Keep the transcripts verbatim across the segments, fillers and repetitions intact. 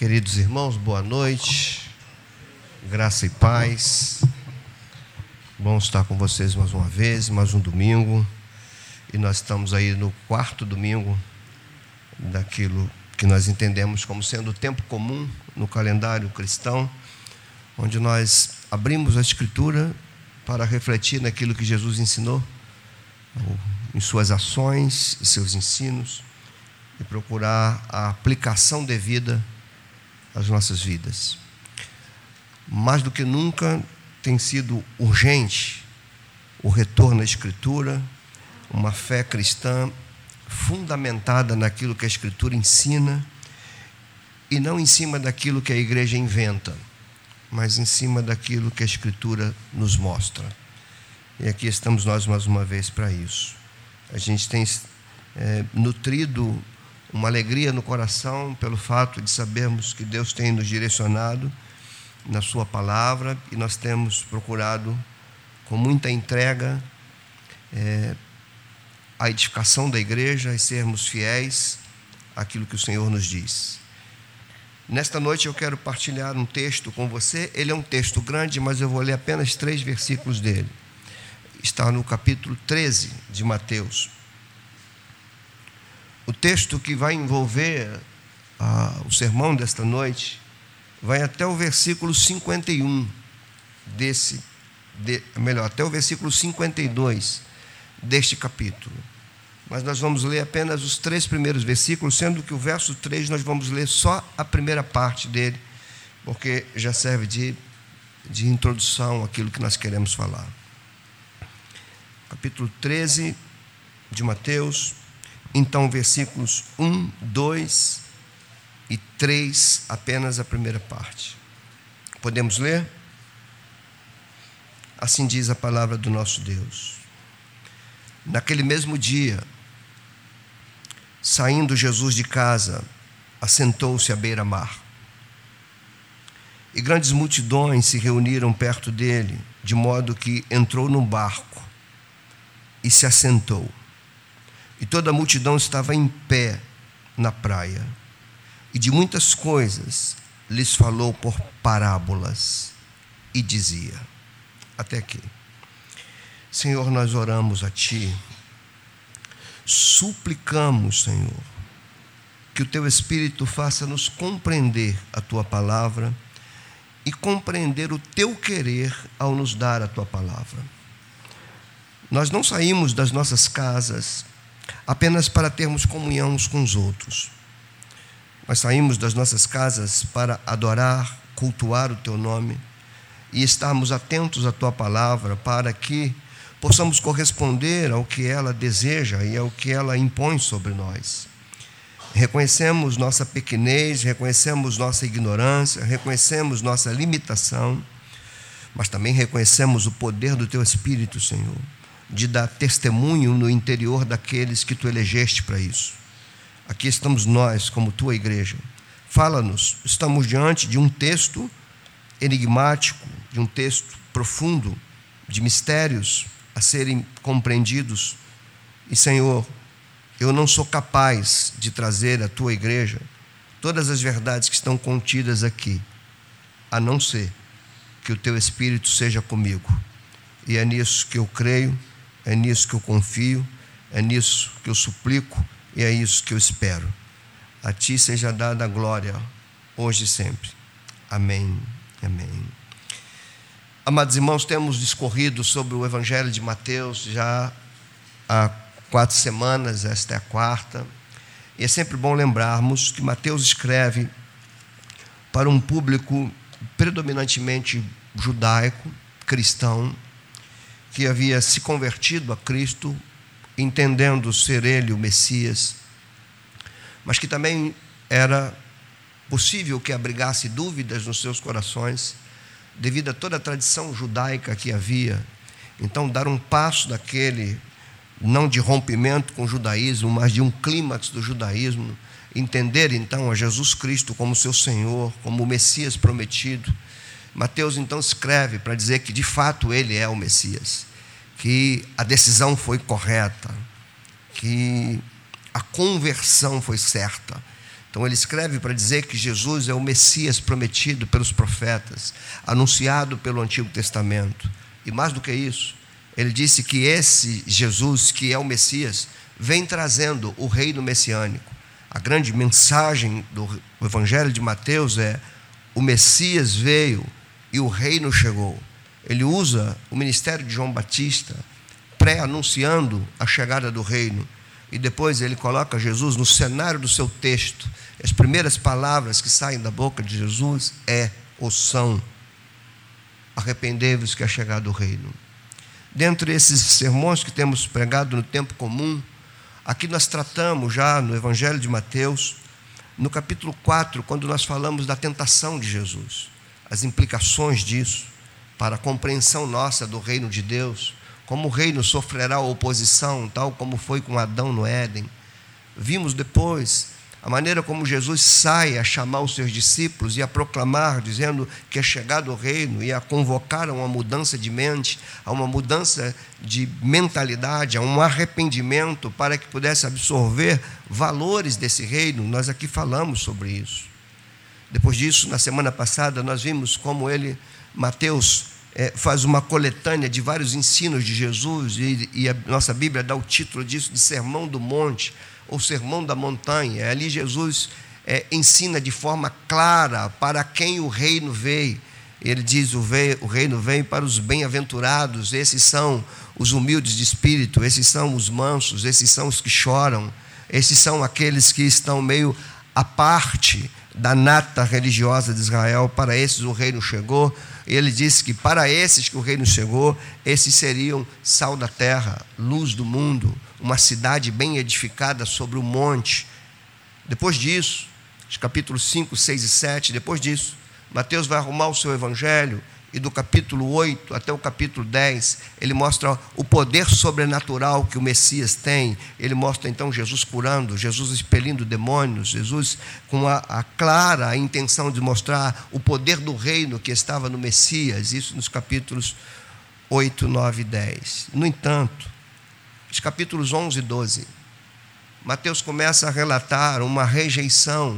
Queridos irmãos, boa noite, graça e paz. Bom estar com vocês mais uma vez, mais um domingo. E nós estamos aí no quarto domingo daquilo que nós entendemos como sendo o tempo comum no calendário cristão, onde nós abrimos a Escritura para refletir naquilo que Jesus ensinou, em suas ações e seus ensinos, e procurar a aplicação devida às nossas vidas. Mais do que nunca tem sido urgente o retorno à Escritura, uma fé cristã fundamentada naquilo que a Escritura ensina e não em cima daquilo que a igreja inventa, mas em cima daquilo que a Escritura nos mostra. E aqui estamos nós mais uma vez para isso. A gente tem é, nutrido uma alegria no coração pelo fato de sabermos que Deus tem nos direcionado na sua palavra, e nós temos procurado com muita entrega é, a edificação da igreja e sermos fiéis àquilo que o Senhor nos diz. Nesta noite eu quero partilhar um texto com você. Ele é um texto grande, mas eu vou ler apenas três versículos dele. Está no capítulo treze de Mateus. O texto que vai envolver ah, o sermão desta noite vai até o versículo cinquenta e um desse, de, melhor, até o versículo cinquenta e dois deste capítulo. Mas nós vamos ler apenas os três primeiros versículos, sendo que o verso três nós vamos ler só a primeira parte dele, porque já serve de, de introdução àquilo que nós queremos falar. Capítulo treze de Mateus. Então, versículos um, dois e três, apenas a primeira parte. Podemos ler? Assim diz a palavra do nosso Deus. Naquele mesmo dia, saindo Jesus de casa, assentou-se à beira-mar. E grandes multidões se reuniram perto dele, de modo que entrou num barco e se assentou. E toda a multidão estava em pé na praia. E de muitas coisas lhes falou por parábolas. E dizia, até aqui: Senhor, nós oramos a Ti, suplicamos, Senhor, que o Teu Espírito faça-nos compreender a Tua palavra e compreender o Teu querer ao nos dar a Tua palavra. Nós não saímos das nossas casas apenas para termos comunhão uns com os outros. Nós saímos das nossas casas para adorar, cultuar o Teu nome e estarmos atentos à Tua palavra para que possamos corresponder ao que ela deseja e ao que ela impõe sobre nós. Reconhecemos nossa pequenez, reconhecemos nossa ignorância, reconhecemos nossa limitação, mas também reconhecemos o poder do Teu Espírito, Senhor, de dar testemunho no interior daqueles que Tu elegeste para isso. Aqui estamos nós, como Tua igreja. Fala-nos, estamos diante de um texto enigmático, de um texto profundo, de mistérios a serem compreendidos. E, Senhor, eu não sou capaz de trazer à Tua igreja todas as verdades que estão contidas aqui, a não ser que o Teu Espírito seja comigo. E é nisso que eu creio, é nisso que eu confio, é nisso que eu suplico e é isso que eu espero. A Ti seja dada a glória, hoje e sempre. Amém, amém. Amados irmãos, temos discorrido sobre o Evangelho de Mateus já há quatro semanas, esta é a quarta. E é sempre bom lembrarmos que Mateus escreve para um público predominantemente judaico, cristão, que havia se convertido a Cristo, entendendo ser Ele o Messias, mas que também era possível que abrigasse dúvidas nos seus corações, devido a toda a tradição judaica que havia. Então, dar um passo daquele, não de rompimento com o judaísmo, mas de um clímax do judaísmo, entender então a Jesus Cristo como seu Senhor, como o Messias prometido. Mateus então escreve para dizer que de fato ele é o Messias, que a decisão foi correta, que a conversão foi certa, Então ele escreve para dizer que Jesus é o Messias prometido pelos profetas, anunciado pelo Antigo Testamento. E mais do que isso, ele disse que esse Jesus, que é o Messias, vem trazendo o reino messiânico. A grande mensagem do Evangelho de Mateus é: o Messias veio e o reino chegou. Ele usa o ministério de João Batista, pré-anunciando a chegada do reino. E depois ele coloca Jesus no cenário do seu texto. As primeiras palavras que saem da boca de Jesus é, ou são: arrependei-vos que é chegado o reino. Dentre esses sermões que temos pregado no tempo comum, aqui nós tratamos já no Evangelho de Mateus, no capítulo quatro, quando nós falamos da tentação de Jesus, as implicações disso para a compreensão nossa do reino de Deus, como o reino sofrerá oposição, tal como foi com Adão no Éden. Vimos depois a maneira como Jesus sai a chamar os seus discípulos e a proclamar, dizendo que é chegado o reino, e a convocar a uma mudança de mente, a uma mudança de mentalidade, a um arrependimento para que pudesse absorver valores desse reino. Nós aqui falamos sobre isso. Depois disso, na semana passada, nós vimos como ele, Mateus, é, faz uma coletânea de vários ensinos de Jesus, e, e a nossa Bíblia dá o título disso de Sermão do Monte, ou Sermão da Montanha. Ali Jesus é, ensina de forma clara para quem o reino veio. Ele diz: o, veio, o reino vem para os bem-aventurados, esses são os humildes de espírito, esses são os mansos, esses são os que choram, esses são aqueles que estão meio à parte da nata religiosa de Israel. Para esses o reino chegou. Ele disse que para esses que o reino chegou, esses seriam sal da terra, luz do mundo, uma cidade bem edificada sobre o monte. Depois disso, os capítulos cinco, seis e sete, depois disso, Mateus vai arrumar o seu evangelho, e do capítulo oito até o capítulo dez, ele mostra o poder sobrenatural que o Messias tem. Ele mostra então Jesus curando, Jesus expelindo demônios, Jesus com a, a clara intenção de mostrar o poder do reino que estava no Messias, isso nos capítulos oito, nove e dez. No entanto, os capítulos onze e doze, Mateus começa a relatar uma rejeição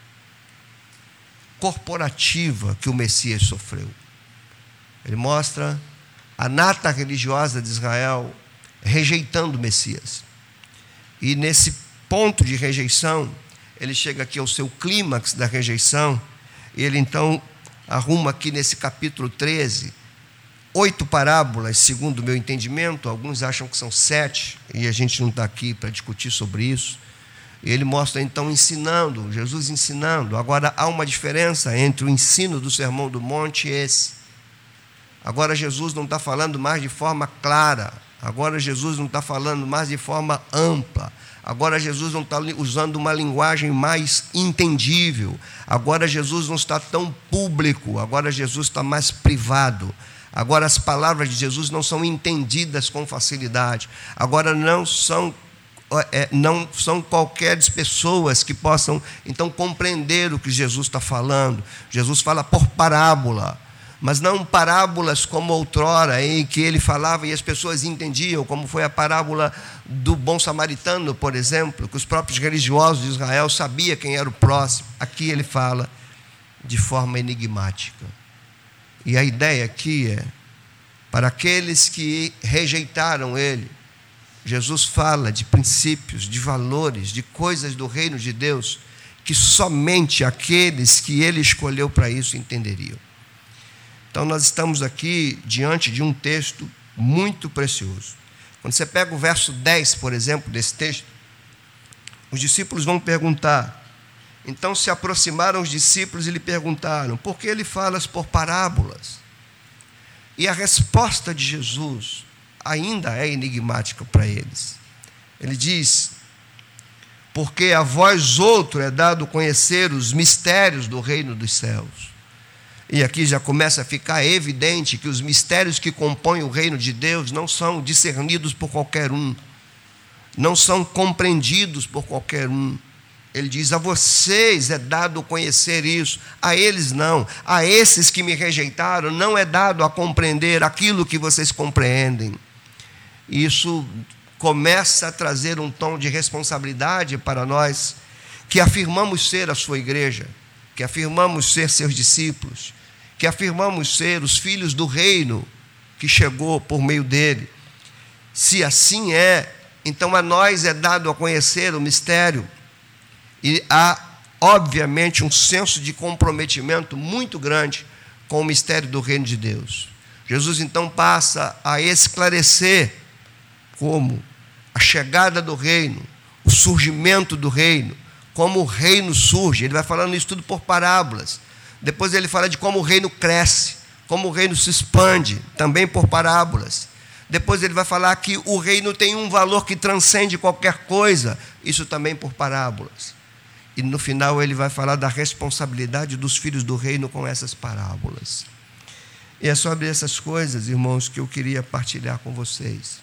corporativa que o Messias sofreu. Ele mostra a nata religiosa de Israel rejeitando o Messias. E nesse ponto de rejeição, ele chega aqui ao seu clímax da rejeição, e ele então arruma aqui nesse capítulo treze, oito parábolas, segundo o meu entendimento. Alguns acham que são sete, e a gente não está aqui para discutir sobre isso. E ele mostra então ensinando, Jesus ensinando. Agora há uma diferença entre o ensino do Sermão do Monte e esse. Agora Jesus não está falando mais de forma clara, agora Jesus não está falando mais de forma ampla, agora Jesus não está usando uma linguagem mais entendível, agora Jesus não está tão público, agora Jesus está mais privado, agora as palavras de Jesus não são entendidas com facilidade, agora não são, é, não são qualquer pessoas que possam então compreender o que Jesus está falando. Jesus fala por parábola, mas não parábolas como outrora, em que ele falava e as pessoas entendiam, como foi a parábola do bom samaritano, por exemplo, que os próprios religiosos de Israel sabiam quem era o próximo. Aqui ele fala de forma enigmática. E a ideia aqui é, para aqueles que rejeitaram ele, Jesus fala de princípios, de valores, de coisas do reino de Deus, que somente aqueles que ele escolheu para isso entenderiam. Então nós estamos aqui diante de um texto muito precioso. Quando você pega o verso dez, por exemplo, desse texto, os discípulos vão perguntar. Então se aproximaram os discípulos e lhe perguntaram: por que ele falas por parábolas? E a resposta de Jesus ainda é enigmática para eles. Ele diz: porque a vós outro é dado conhecer os mistérios do reino dos céus. E aqui já começa a ficar evidente que os mistérios que compõem o reino de Deus não são discernidos por qualquer um, não são compreendidos por qualquer um. Ele diz: a vocês é dado conhecer isso, a eles não. A esses que me rejeitaram não é dado a compreender aquilo que vocês compreendem. Isso começa a trazer um tom de responsabilidade para nós que afirmamos ser a sua igreja, que afirmamos ser seus discípulos, que afirmamos ser os filhos do reino que chegou por meio dele. Se assim é, então a nós é dado a conhecer o mistério, e há, obviamente, um senso de comprometimento muito grande com o mistério do reino de Deus. Jesus, então, passa a esclarecer como a chegada do reino, o surgimento do reino, como o reino surge. Ele vai falando isso tudo por parábolas. Depois ele fala de como o reino cresce, como o reino se expande, também por parábolas. Depois ele vai falar que o reino tem um valor que transcende qualquer coisa, isso também por parábolas. E no final ele vai falar da responsabilidade dos filhos do reino com essas parábolas. E é sobre essas coisas, irmãos, que eu queria partilhar com vocês.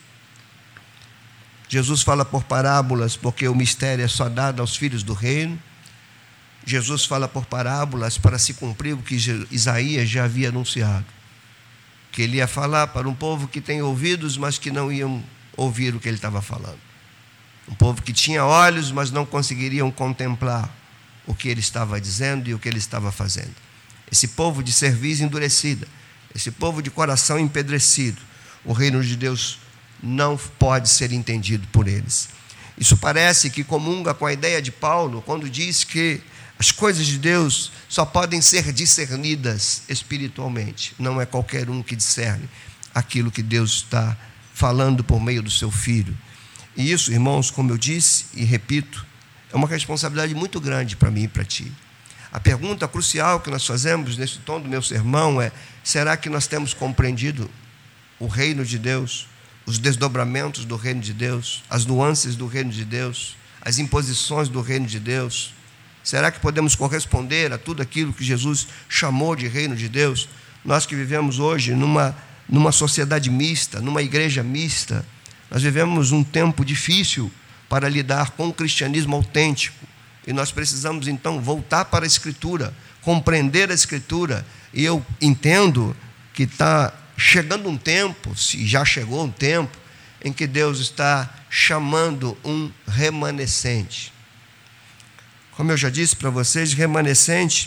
Jesus fala por parábolas porque o mistério é só dado aos filhos do reino. Jesus fala por parábolas para se cumprir o que Isaías já havia anunciado, que ele ia falar para um povo que tem ouvidos, mas que não iam ouvir o que ele estava falando. Um povo que tinha olhos, mas não conseguiriam contemplar o que ele estava dizendo e o que ele estava fazendo. Esse povo de cerviz endurecida, esse povo de coração empedrecido, o reino de Deus não pode ser entendido por eles. Isso parece que comunga com a ideia de Paulo, quando diz que as coisas de Deus só podem ser discernidas espiritualmente. Não é qualquer um que discerne aquilo que Deus está falando por meio do seu Filho. E isso, irmãos, como eu disse e repito, é uma responsabilidade muito grande para mim e para ti. A pergunta crucial que nós fazemos nesse tom do meu sermão é: será que nós temos compreendido o reino de Deus, os desdobramentos do reino de Deus, as nuances do reino de Deus, as imposições do reino de Deus? Será que podemos corresponder a tudo aquilo que Jesus chamou de reino de Deus? Nós que vivemos hoje numa, numa sociedade mista, numa igreja mista, nós vivemos um tempo difícil para lidar com o cristianismo autêntico. E nós precisamos, então, voltar para a Escritura, compreender a Escritura. E eu entendo que está chegando um tempo, se já chegou um tempo, em que Deus está chamando um remanescente. Como eu já disse para vocês, remanescente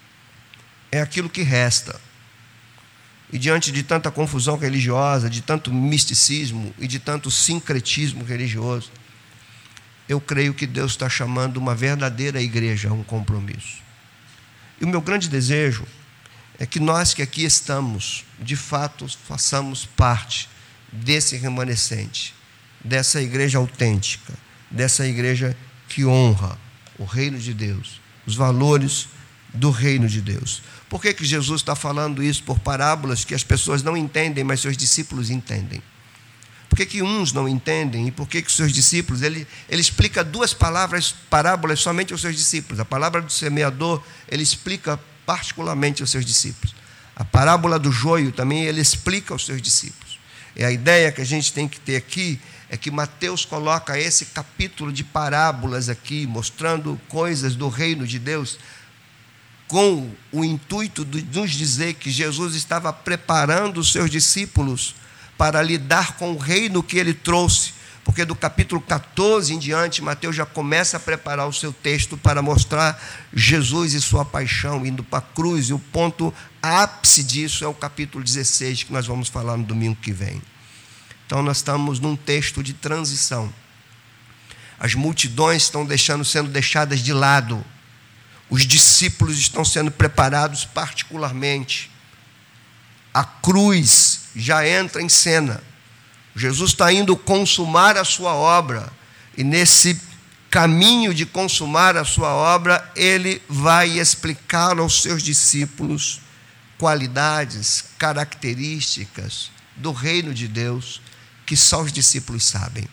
é aquilo que resta. E diante de tanta confusão religiosa, de tanto misticismo e de tanto sincretismo religioso, eu creio que Deus está chamando uma verdadeira igreja a um compromisso. E o meu grande desejo é que nós que aqui estamos, de fato, façamos parte desse remanescente, dessa igreja autêntica, dessa igreja que honra o reino de Deus, os valores do reino de Deus. Por que que Jesus está falando isso por parábolas que as pessoas não entendem, mas seus discípulos entendem? Por que que uns não entendem e por que que os seus discípulos... Ele, ele explica duas palavras, parábolas somente aos seus discípulos. A palavra do semeador, ele explica particularmente aos seus discípulos. A parábola do joio também ele explica aos seus discípulos. E a ideia que a gente tem que ter aqui é que Mateus coloca esse capítulo de parábolas aqui, mostrando coisas do reino de Deus, com o intuito de nos dizer que Jesus estava preparando os seus discípulos para lidar com o reino que ele trouxe, porque do capítulo catorze em diante, Mateus já começa a preparar o seu texto para mostrar Jesus e sua paixão, indo para a cruz, e o ponto ápice disso é o capítulo dezesseis, que nós vamos falar no domingo que vem. Então nós estamos num texto de transição. As multidões estão deixando, sendo deixadas de lado, os discípulos estão sendo preparados particularmente. A cruz já entra em cena. Jesus está indo consumar a sua obra, e nesse caminho de consumar a sua obra, ele vai explicar aos seus discípulos qualidades, características do reino de Deus que só os discípulos sabem.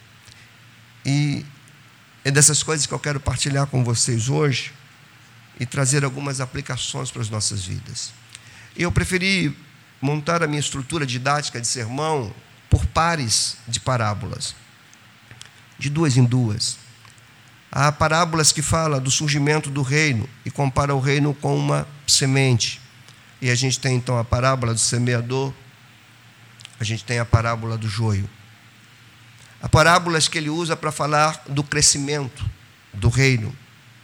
E é dessas coisas que eu quero partilhar com vocês hoje e trazer algumas aplicações para as nossas vidas. Eu preferi montar a minha estrutura didática de sermão por pares de parábolas, de duas em duas. Há parábolas que falam do surgimento do reino e compara o reino com uma semente. E a gente tem então a parábola do semeador, a gente tem a parábola do joio. Há parábolas que ele usa para falar do crescimento do reino.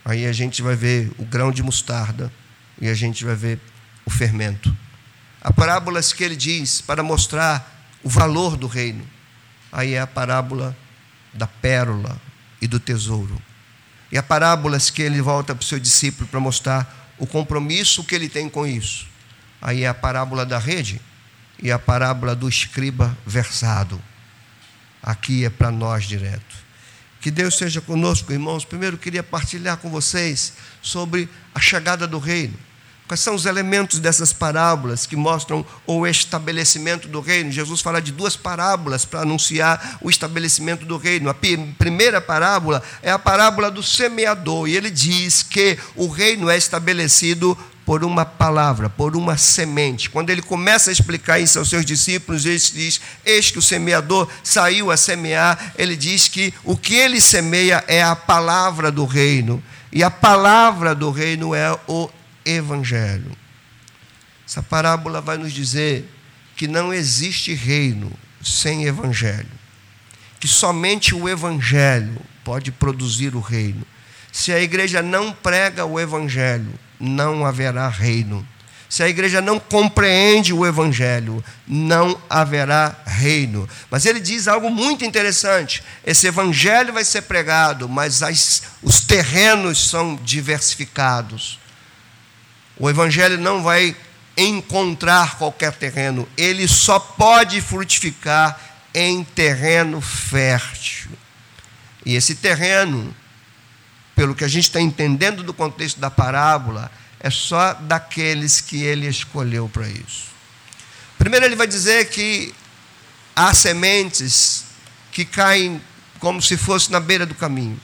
Aí a gente vai ver o grão de mostarda e a gente vai ver o fermento. Há parábolas que ele diz para mostrar o valor do reino. Aí é a parábola da pérola e do tesouro. E há parábolas que ele volta para o seu discípulo para mostrar o compromisso que ele tem com isso. Aí é a parábola da rede e a parábola do escriba versado. Aqui é para nós direto. Que Deus seja conosco, irmãos. Primeiro eu queria partilhar com vocês sobre a chegada do reino. Quais são os elementos dessas parábolas que mostram o estabelecimento do reino? Jesus fala de duas parábolas para anunciar o estabelecimento do reino. A primeira parábola é a parábola do semeador, e ele diz que o reino é estabelecido por uma palavra, por uma semente. Quando ele começa a explicar isso aos seus discípulos, ele diz: eis que o semeador saiu a semear. Ele diz que o que ele semeia é a palavra do reino, e a palavra do reino é o Evangelho. Essa parábola vai nos dizer que não existe reino sem Evangelho, que somente o Evangelho pode produzir o reino. Se a igreja não prega o Evangelho, não haverá reino. Se a igreja não compreende o Evangelho, não haverá reino. Mas ele diz algo muito interessante: esse Evangelho vai ser pregado, mas as, os terrenos são diversificados. O Evangelho não vai encontrar qualquer terreno, ele só pode frutificar em terreno fértil. E esse terreno, pelo que a gente está entendendo do contexto da parábola, é só daqueles que ele escolheu para isso. Primeiro ele vai dizer que há sementes que caem como se fosse na beira do caminho.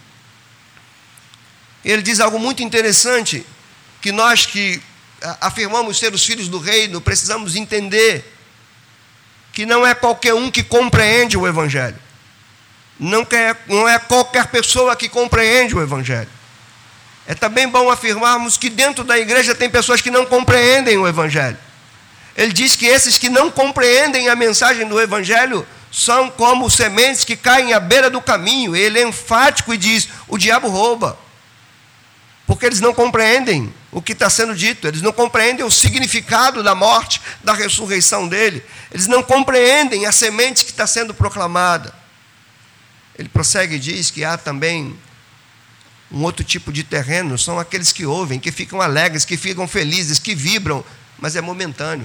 Ele diz algo muito interessante, que nós que afirmamos ser os filhos do reino, precisamos entender que não é qualquer um que compreende o Evangelho. Não é qualquer pessoa que compreende o Evangelho. É também bom afirmarmos que dentro da igreja tem pessoas que não compreendem o Evangelho. Ele diz que esses que não compreendem a mensagem do Evangelho são como sementes que caem à beira do caminho. Ele é enfático e diz: o diabo rouba. Porque eles não compreendem o que está sendo dito, eles não compreendem o significado da morte, da ressurreição dele, eles não compreendem a semente que está sendo proclamada. Ele prossegue e diz que há também um outro tipo de terreno, são aqueles que ouvem, que ficam alegres, que ficam felizes, que vibram, mas é momentâneo,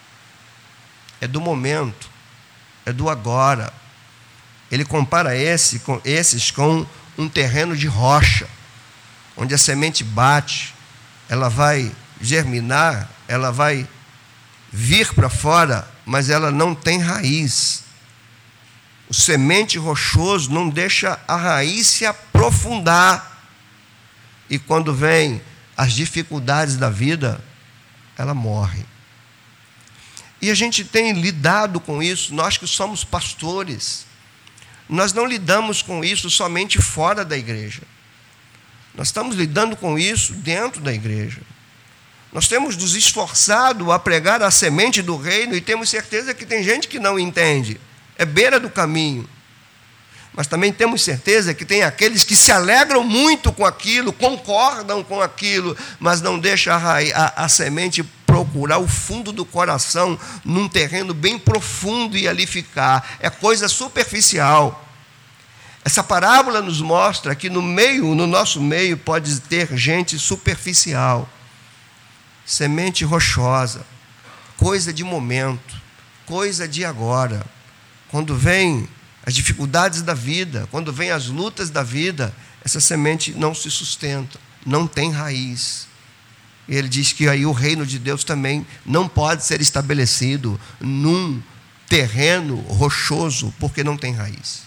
é do momento, é do agora. Ele compara esse, com, esses com um terreno de rocha, onde a semente bate, ela vai germinar, ela vai vir para fora, mas ela não tem raiz. O semente rochoso não deixa a raiz se aprofundar. E quando vem as dificuldades da vida, ela morre. E a gente tem lidado com isso, nós que somos pastores, nós não lidamos com isso somente fora da igreja. Nós estamos lidando com isso dentro da igreja. Nós temos nos esforçado a pregar a semente do reino e temos certeza que tem gente que não entende. É beira do caminho. Mas também temos certeza que tem aqueles que se alegram muito com aquilo, concordam com aquilo, mas não deixam a, a, a semente procurar o fundo do coração, num terreno bem profundo e ali ficar. É coisa superficial. Essa parábola nos mostra que no meio, no nosso meio, pode ter gente superficial, semente rochosa, coisa de momento, coisa de agora. Quando vem as dificuldades da vida, quando vem as lutas da vida, essa semente não se sustenta, não tem raiz. E ele diz que aí o reino de Deus também não pode ser estabelecido num terreno rochoso, porque não tem raiz.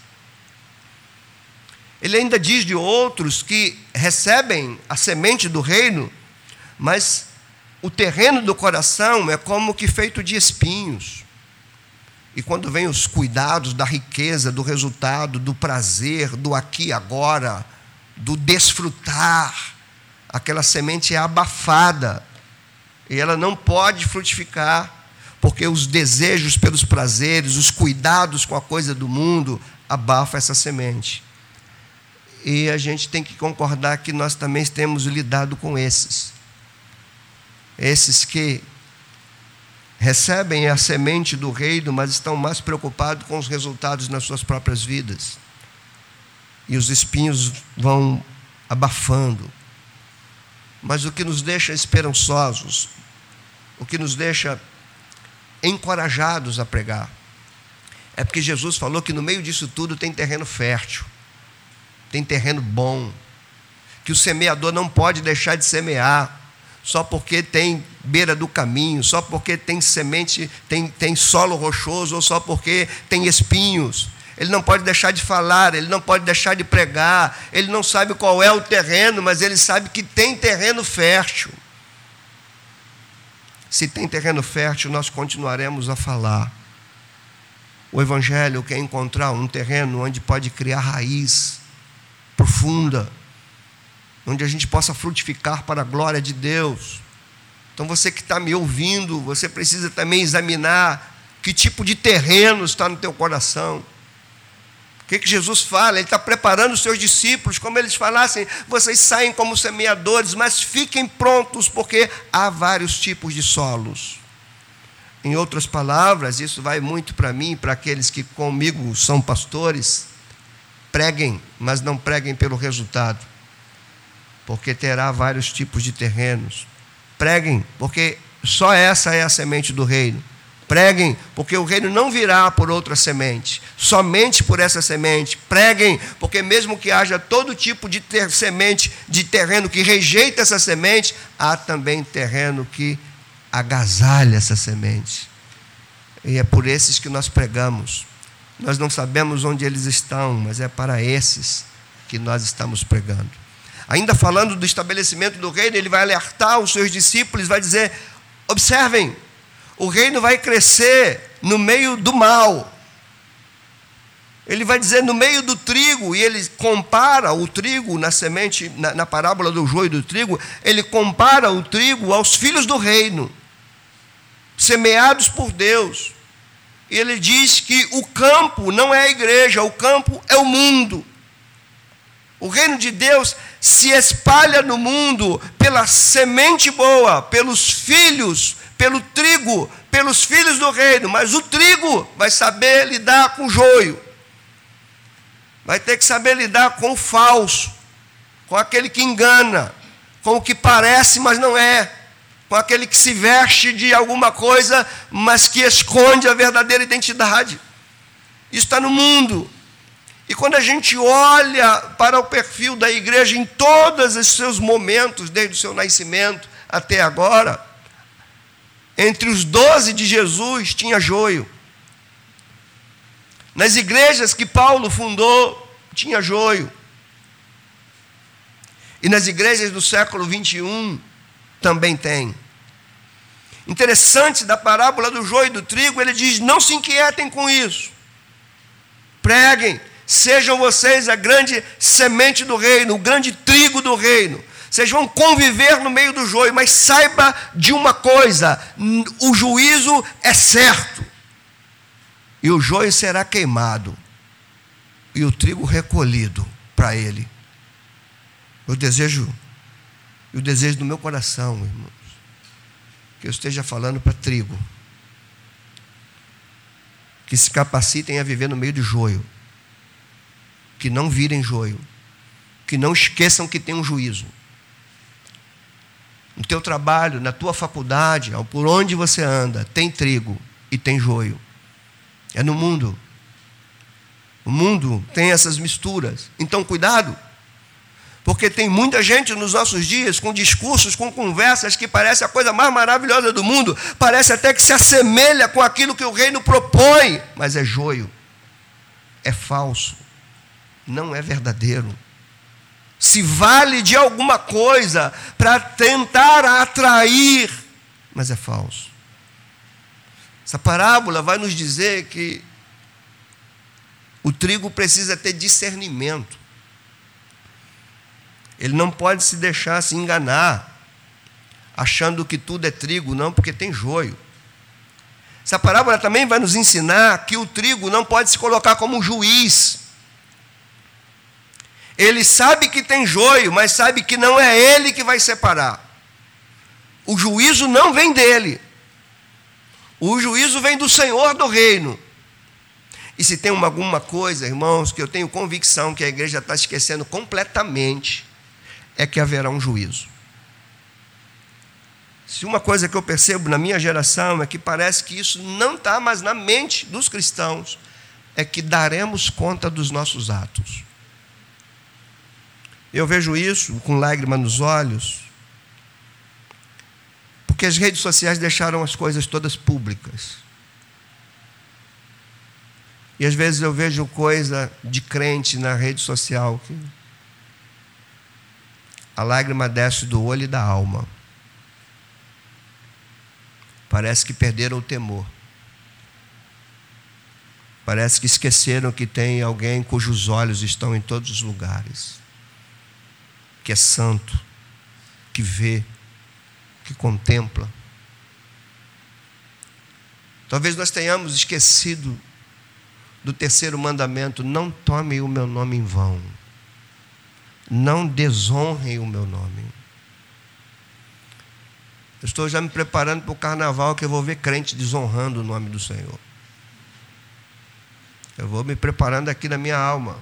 Ele ainda diz de outros que recebem a semente do reino, mas o terreno do coração é como que feito de espinhos. E quando vem os cuidados da riqueza, do resultado, do prazer, do aqui e agora, do desfrutar, aquela semente é abafada. E ela não pode frutificar, porque os desejos pelos prazeres, os cuidados com a coisa do mundo, abafam essa semente. E a gente tem que concordar que nós também temos lidado com esses. Esses que recebem a semente do reino, mas estão mais preocupados com os resultados nas suas próprias vidas. E os espinhos vão abafando. Mas o que nos deixa esperançosos, o que nos deixa encorajados a pregar, é porque Jesus falou que no meio disso tudo tem terreno fértil, tem terreno bom, que o semeador não pode deixar de semear, só porque tem beira do caminho, só porque tem semente, tem, tem solo rochoso, ou só porque tem espinhos. Ele não pode deixar de falar, ele não pode deixar de pregar, ele não sabe qual é o terreno, mas ele sabe que tem terreno fértil. Se tem terreno fértil, nós continuaremos a falar. O Evangelho quer encontrar um terreno onde pode criar raiz profunda, onde a gente possa frutificar para a glória de Deus. Então você que está me ouvindo, você precisa também examinar que tipo de terreno está no teu coração. O que, que Jesus fala? Ele está preparando os seus discípulos, como eles falassem, vocês saem como semeadores, mas fiquem prontos, porque há vários tipos de solos. Em outras palavras, isso vai muito para mim, para aqueles que comigo são pastores, preguem, mas não preguem pelo resultado, porque terá vários tipos de terrenos. Preguem, porque só essa é a semente do reino. Preguem, porque o reino não virá por outra semente, somente por essa semente. Preguem, porque mesmo que haja todo tipo de ter semente, de terreno que rejeita essa semente, há também terreno que agasalha essa semente. E é por esses que nós pregamos. Nós não sabemos onde eles estão, mas é para esses que nós estamos pregando. Ainda falando do estabelecimento do reino, ele vai alertar os seus discípulos, vai dizer, observem, o reino vai crescer no meio do mal. Ele vai dizer no meio do trigo, e ele compara o trigo na semente, na, na parábola do joio e do trigo, ele compara o trigo aos filhos do reino, semeados por Deus. E ele diz que o campo não é a igreja, o campo é o mundo. O reino de Deus se espalha no mundo pela semente boa, pelos filhos, pelo trigo, pelos filhos do reino, mas o trigo vai saber lidar com o joio, vai ter que saber lidar com o falso, com aquele que engana, com o que parece, mas não é, com aquele que se veste de alguma coisa, mas que esconde a verdadeira identidade. Isso está no mundo. E quando a gente olha para o perfil da igreja em todos os seus momentos, desde o seu nascimento até agora, entre os doze de Jesus tinha joio. Nas igrejas que Paulo fundou, tinha joio. E nas igrejas do século vinte e um, também tem. Interessante da parábola do joio e do trigo, ele diz, não se inquietem com isso. Preguem, sejam vocês a grande semente do reino, o grande trigo do reino. Vocês vão conviver no meio do joio, mas saiba de uma coisa, o juízo é certo. E o joio será queimado, e o trigo recolhido para ele. Eu desejo, o desejo do meu coração, irmãos, que eu esteja falando para trigo, que se capacitem a viver no meio do joio, que não virem joio, que não esqueçam que tem um juízo. No teu trabalho, na tua faculdade, por onde você anda, tem trigo e tem joio. É no mundo. O mundo tem essas misturas. Então, cuidado, porque tem muita gente nos nossos dias com discursos, com conversas que parece a coisa mais maravilhosa do mundo, parece até que se assemelha com aquilo que o reino propõe, mas é joio, é falso, não é verdadeiro. Se vale de alguma coisa para tentar atrair, mas é falso. Essa parábola vai nos dizer que o trigo precisa ter discernimento. Ele não pode se deixar se enganar, achando que tudo é trigo, não, porque tem joio. Essa parábola também vai nos ensinar que o trigo não pode se colocar como juiz. Ele sabe que tem joio, mas sabe que não é ele que vai separar. O juízo não vem dele. O juízo vem do Senhor do reino. E se tem uma, alguma coisa, irmãos, que eu tenho convicção que a igreja está esquecendo completamente, é que haverá um juízo. Se uma coisa que eu percebo na minha geração é que parece que isso não está mais na mente dos cristãos, é que daremos conta dos nossos atos. Eu vejo isso com lágrima nos olhos, porque as redes sociais deixaram as coisas todas públicas. E às vezes eu vejo coisa de crente na rede social que a lágrima desce do olho e da alma. Parece que perderam o temor. Parece que esqueceram que tem alguém cujos olhos estão em todos os lugares, que é santo, que vê, que contempla. Talvez nós tenhamos esquecido do terceiro mandamento: não tomem o meu nome em vão, não desonrem o meu nome. Eu estou já me preparando para o carnaval, que eu vou ver crente desonrando o nome do Senhor. Eu vou me preparando aqui na minha alma.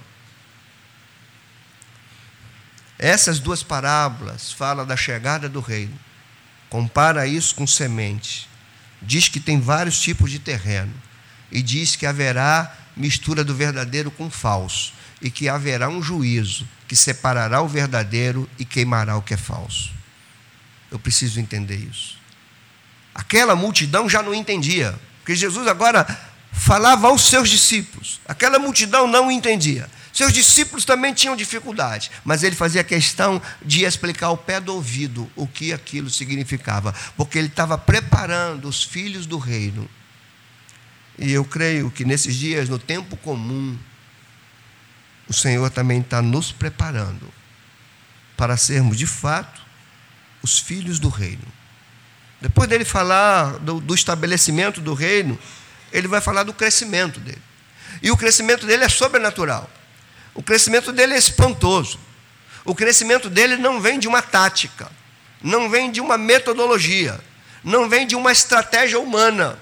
Essas duas parábolas falam da chegada do reino. Compara isso com semente. Diz que tem vários tipos de terreno. E diz que haverá mistura do verdadeiro com falso. E que haverá um juízo que separará o verdadeiro e queimará o que é falso. Eu preciso entender isso. Aquela multidão já não entendia. Porque Jesus agora falava aos seus discípulos. Aquela multidão não entendia. Seus discípulos também tinham dificuldade, mas ele fazia questão de explicar ao pé do ouvido o que aquilo significava, porque ele estava preparando os filhos do reino. E eu creio que nesses dias, no tempo comum, o Senhor também está nos preparando para sermos, de fato, os filhos do reino. Depois dele falar do, do estabelecimento do reino, ele vai falar do crescimento dele. E o crescimento dele é sobrenatural. O crescimento dele é espantoso. O crescimento dele não vem de uma tática, não vem de uma metodologia, não vem de uma estratégia humana.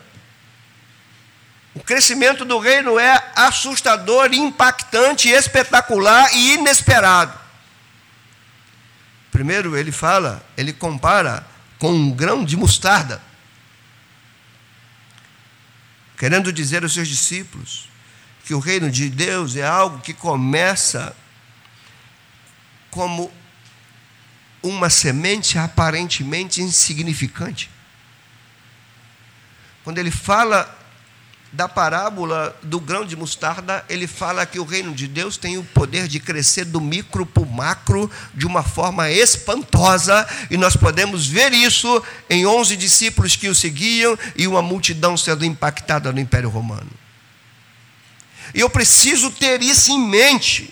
O crescimento do reino é assustador, impactante, espetacular e inesperado. Primeiro ele fala, ele compara com um grão de mostarda, querendo dizer aos seus discípulos que o reino de Deus é algo que começa como uma semente aparentemente insignificante. Quando ele fala da parábola do grão de mostarda, ele fala que o reino de Deus tem o poder de crescer do micro para o macro de uma forma espantosa, e nós podemos ver isso em onze discípulos que o seguiam e uma multidão sendo impactada no Império Romano. E eu preciso ter isso em mente.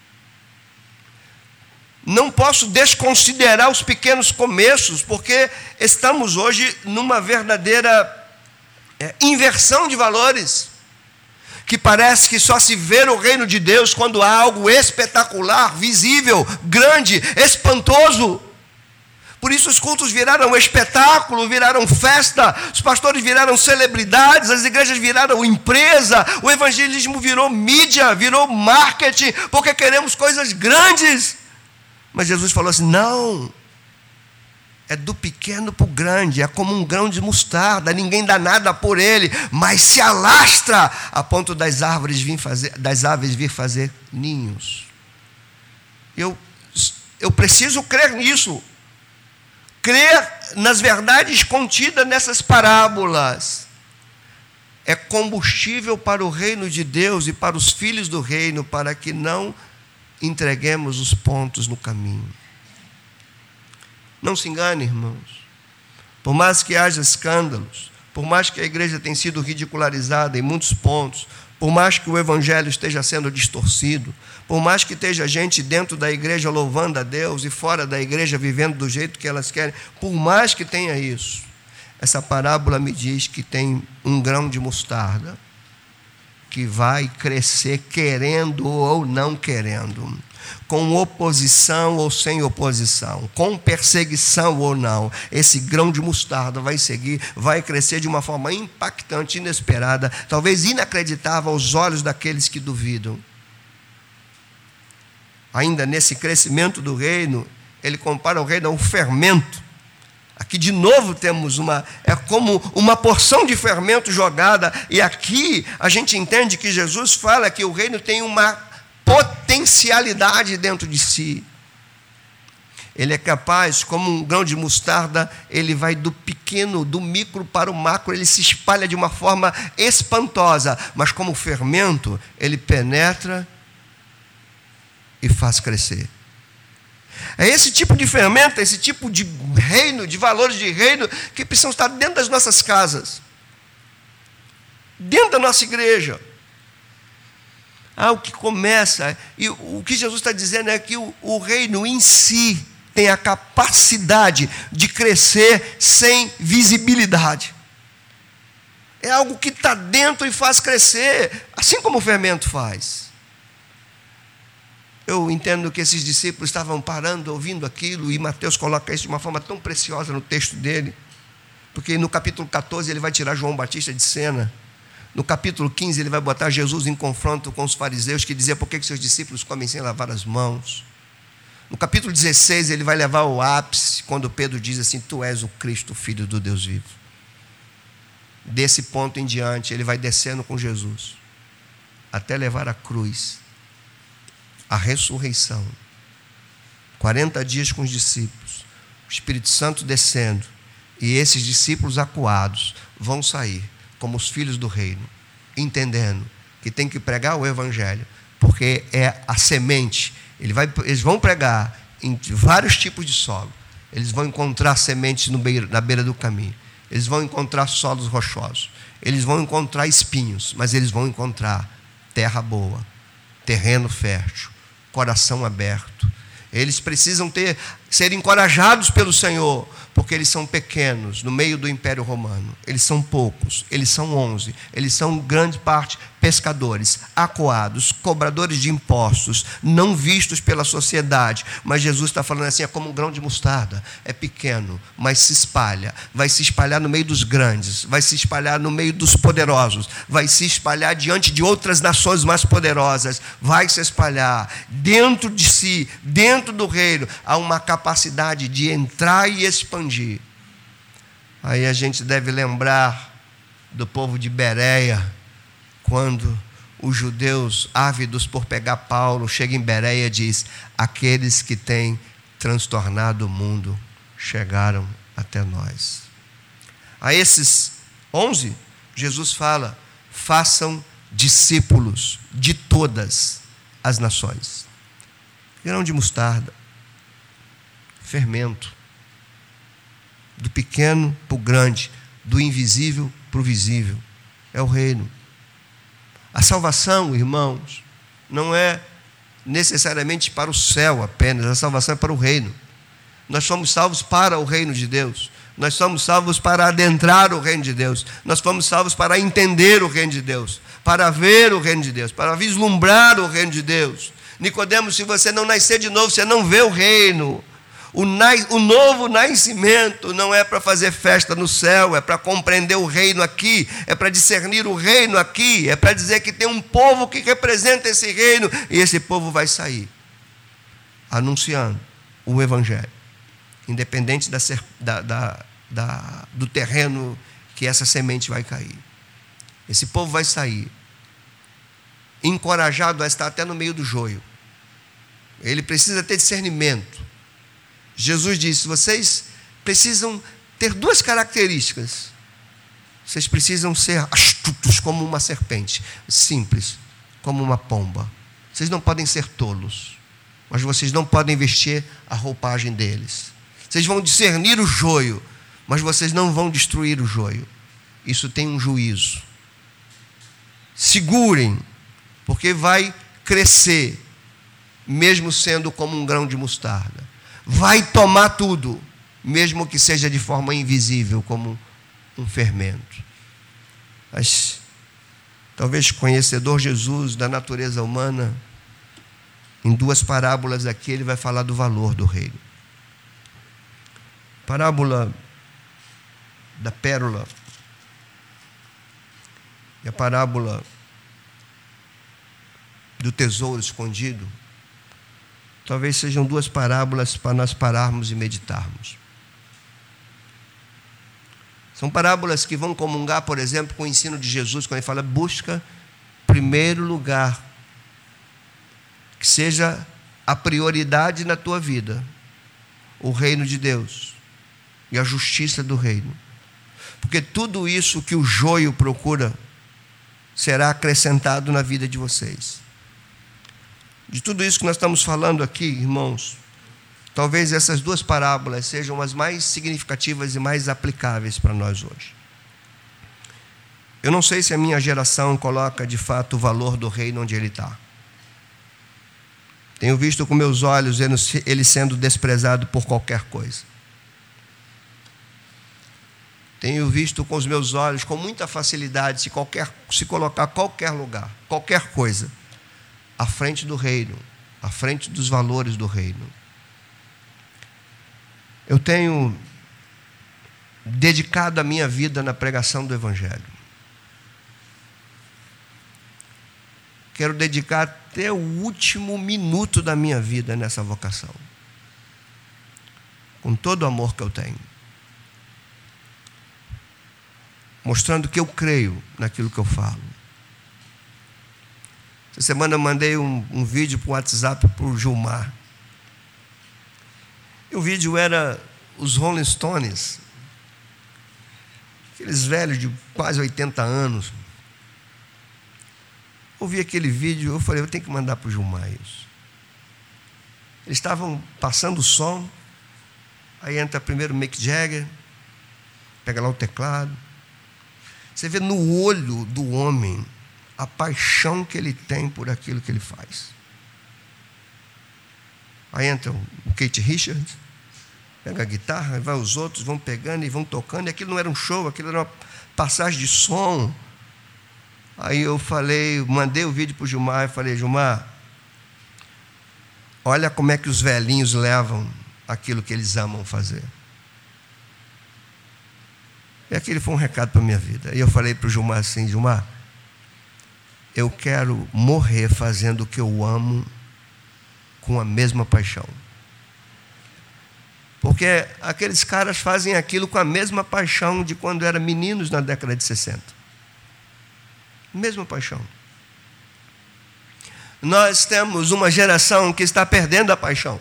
Não posso desconsiderar os pequenos começos, porque estamos hoje numa verdadeira é, inversão de valores, que parece que só se vê o reino de Deus quando há algo espetacular, visível, grande, espantoso. Por isso os cultos viraram espetáculo, viraram festa, os pastores viraram celebridades, as igrejas viraram empresa, o evangelismo virou mídia, virou marketing, porque queremos coisas grandes. Mas Jesus falou assim: não, é do pequeno para o grande, é como um grão de mostarda, ninguém dá nada por ele, mas se alastra a ponto das árvores vir fazer, das aves vir fazer ninhos. Eu, eu preciso crer nisso. Crer nas verdades contidas nessas parábolas é combustível para o reino de Deus e para os filhos do reino, para que não entreguemos os pontos no caminho. Não se engane, irmãos. Por mais que haja escândalos, por mais que a igreja tenha sido ridicularizada em muitos pontos, por mais que o evangelho esteja sendo distorcido, por mais que esteja gente dentro da igreja louvando a Deus e fora da igreja vivendo do jeito que elas querem, por mais que tenha isso, essa parábola me diz que tem um grão de mostarda que vai crescer querendo ou não querendo, com oposição ou sem oposição, com perseguição ou não. Esse grão de mostarda vai seguir, vai crescer de uma forma impactante, inesperada, talvez inacreditável aos olhos daqueles que duvidam. Ainda nesse crescimento do reino, ele compara o reino ao fermento. Aqui de novo temos uma, é como uma porção de fermento jogada, e aqui a gente entende que Jesus fala que o reino tem uma potencialidade dentro de si. Ele é capaz, como um grão de mostarda, ele vai do pequeno, do micro para o macro, ele se espalha de uma forma espantosa, mas como fermento, ele penetra e faz crescer. É esse tipo de fermento, esse tipo de reino, de valores de reino, que precisam estar dentro das nossas casas, dentro da nossa igreja. Ah, o que começa, e o que Jesus está dizendo é que o, o reino em si tem a capacidade de crescer sem visibilidade. É algo que está dentro e faz crescer, assim como o fermento faz. Eu entendo que esses discípulos estavam parando, ouvindo aquilo, e Mateus coloca isso de uma forma tão preciosa no texto dele, porque no capítulo catorze ele vai tirar João Batista de cena. No capítulo quinze ele vai botar Jesus em confronto com os fariseus, que diziam: por que seus discípulos comem sem lavar as mãos? No capítulo dezesseis ele vai levar ao ápice, quando Pedro diz assim: tu és o Cristo, filho do Deus vivo. Desse ponto em diante ele vai descendo com Jesus, até levar a cruz, a ressurreição, quarenta dias com os discípulos, o Espírito Santo descendo, e esses discípulos acuados vão sair como os filhos do reino, entendendo que tem que pregar o evangelho, porque é a semente. Ele vai, eles vão pregar em vários tipos de solo. Eles vão encontrar sementes no beira, na beira do caminho, eles vão encontrar solos rochosos, eles vão encontrar espinhos, mas eles vão encontrar terra boa, terreno fértil, coração aberto. Eles precisam ter, ser encorajados pelo Senhor, porque eles são pequenos no meio do Império Romano. Eles são poucos, eles são onze, eles são grande parte pescadores, acuados, cobradores de impostos, não vistos pela sociedade. Mas Jesus está falando assim: é como um grão de mostarda, é pequeno, mas se espalha, vai se espalhar no meio dos grandes, vai se espalhar no meio dos poderosos, vai se espalhar diante de outras nações mais poderosas, vai se espalhar dentro de si, dentro do reino, há uma capacidade de entrar e expandir. Aí a gente deve lembrar do povo de Bereia, quando os judeus ávidos por pegar Paulo chegam em Bereia e diz: aqueles que têm transtornado o mundo chegaram até nós. A esses onze, Jesus fala: façam discípulos de todas as nações. Grão de mostarda, fermento, do pequeno para o grande, do invisível para o visível, é o reino. A salvação, irmãos, não é necessariamente para o céu apenas, a salvação é para o reino. Nós somos salvos para o reino de Deus, nós somos salvos para adentrar o reino de Deus, nós somos salvos para entender o reino de Deus, para ver o reino de Deus, para vislumbrar o reino de Deus. Nicodemos, se você não nascer de novo, você não vê o reino. O, nas, o novo nascimento não é para fazer festa no céu, é para compreender o reino aqui, é para discernir o reino aqui, é para dizer que tem um povo que representa esse reino, e esse povo vai sair anunciando o evangelho, independente da, da, da, da, do terreno que essa semente vai cair. Esse povo vai sair encorajado a estar até no meio do joio. Ele precisa ter discernimento. Jesus disse: vocês precisam ter duas características. Vocês precisam ser astutos como uma serpente, simples como uma pomba. Vocês não podem ser tolos, mas vocês não podem vestir a roupagem deles. Vocês vão discernir o joio, mas vocês não vão destruir o joio. Isso tem um juízo. Segurem, porque vai crescer, mesmo sendo como um grão de mostarda. Vai tomar tudo, mesmo que seja de forma invisível, como um fermento. Mas talvez conhecedor Jesus da natureza humana, em duas parábolas aqui ele vai falar do valor do reino. Parábola da pérola e a parábola do tesouro escondido, talvez sejam duas parábolas para nós pararmos e meditarmos. São parábolas que vão comungar, por exemplo, com o ensino de Jesus, quando ele fala: busca primeiro lugar, que seja a prioridade na tua vida, o reino de Deus e a justiça do reino. Porque tudo isso que o joio procura será acrescentado na vida de vocês. De tudo isso que nós estamos falando aqui, irmãos, talvez essas duas parábolas sejam as mais significativas e mais aplicáveis para nós hoje. Eu não sei se a minha geração coloca de fato o valor do reino onde ele está. Tenho visto com meus olhos ele sendo desprezado por qualquer coisa. Tenho visto com os meus olhos, com muita facilidade, se, qualquer, se colocar qualquer lugar, qualquer coisa, à frente do reino, à frente dos valores do reino. Eu tenho dedicado a minha vida na pregação do Evangelho. Quero dedicar até o último minuto da minha vida nessa vocação, com todo o amor que eu tenho, mostrando que eu creio naquilo que eu falo. Essa semana eu mandei um, um vídeo para o WhatsApp para o Gilmar. E o vídeo era os Rolling Stones, aqueles velhos de quase oitenta anos. Eu vi aquele vídeo, eu falei: eu tenho que mandar para o Gilmar isso. Eles estavam passando o som, aí entra primeiro o Mick Jagger, pega lá o teclado. Você vê no olho do homem a paixão que ele tem por aquilo que ele faz. Aí entra o Keith Richards, pega a guitarra, vai os outros, vão pegando e vão tocando, e aquilo não era um show, aquilo era uma passagem de som. Aí eu falei, mandei o vídeo para o Gilmar, e falei: Gilmar, olha como é que os velhinhos levam aquilo que eles amam fazer. E aquele foi um recado para a minha vida. E eu falei para o Gilmar assim: Gilmar, eu quero morrer fazendo o que eu amo com a mesma paixão. Porque aqueles caras fazem aquilo com a mesma paixão de quando eram meninos na década de sessenta. Mesma paixão. Nós temos uma geração que está perdendo a paixão,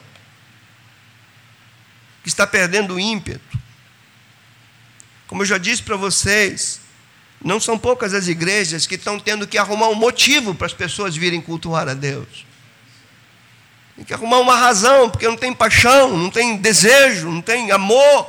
que está perdendo o ímpeto. Como eu já disse para vocês, não são poucas as igrejas que estão tendo que arrumar um motivo para as pessoas virem cultuar a Deus. Tem que arrumar uma razão, porque não tem paixão, não tem desejo, não tem amor.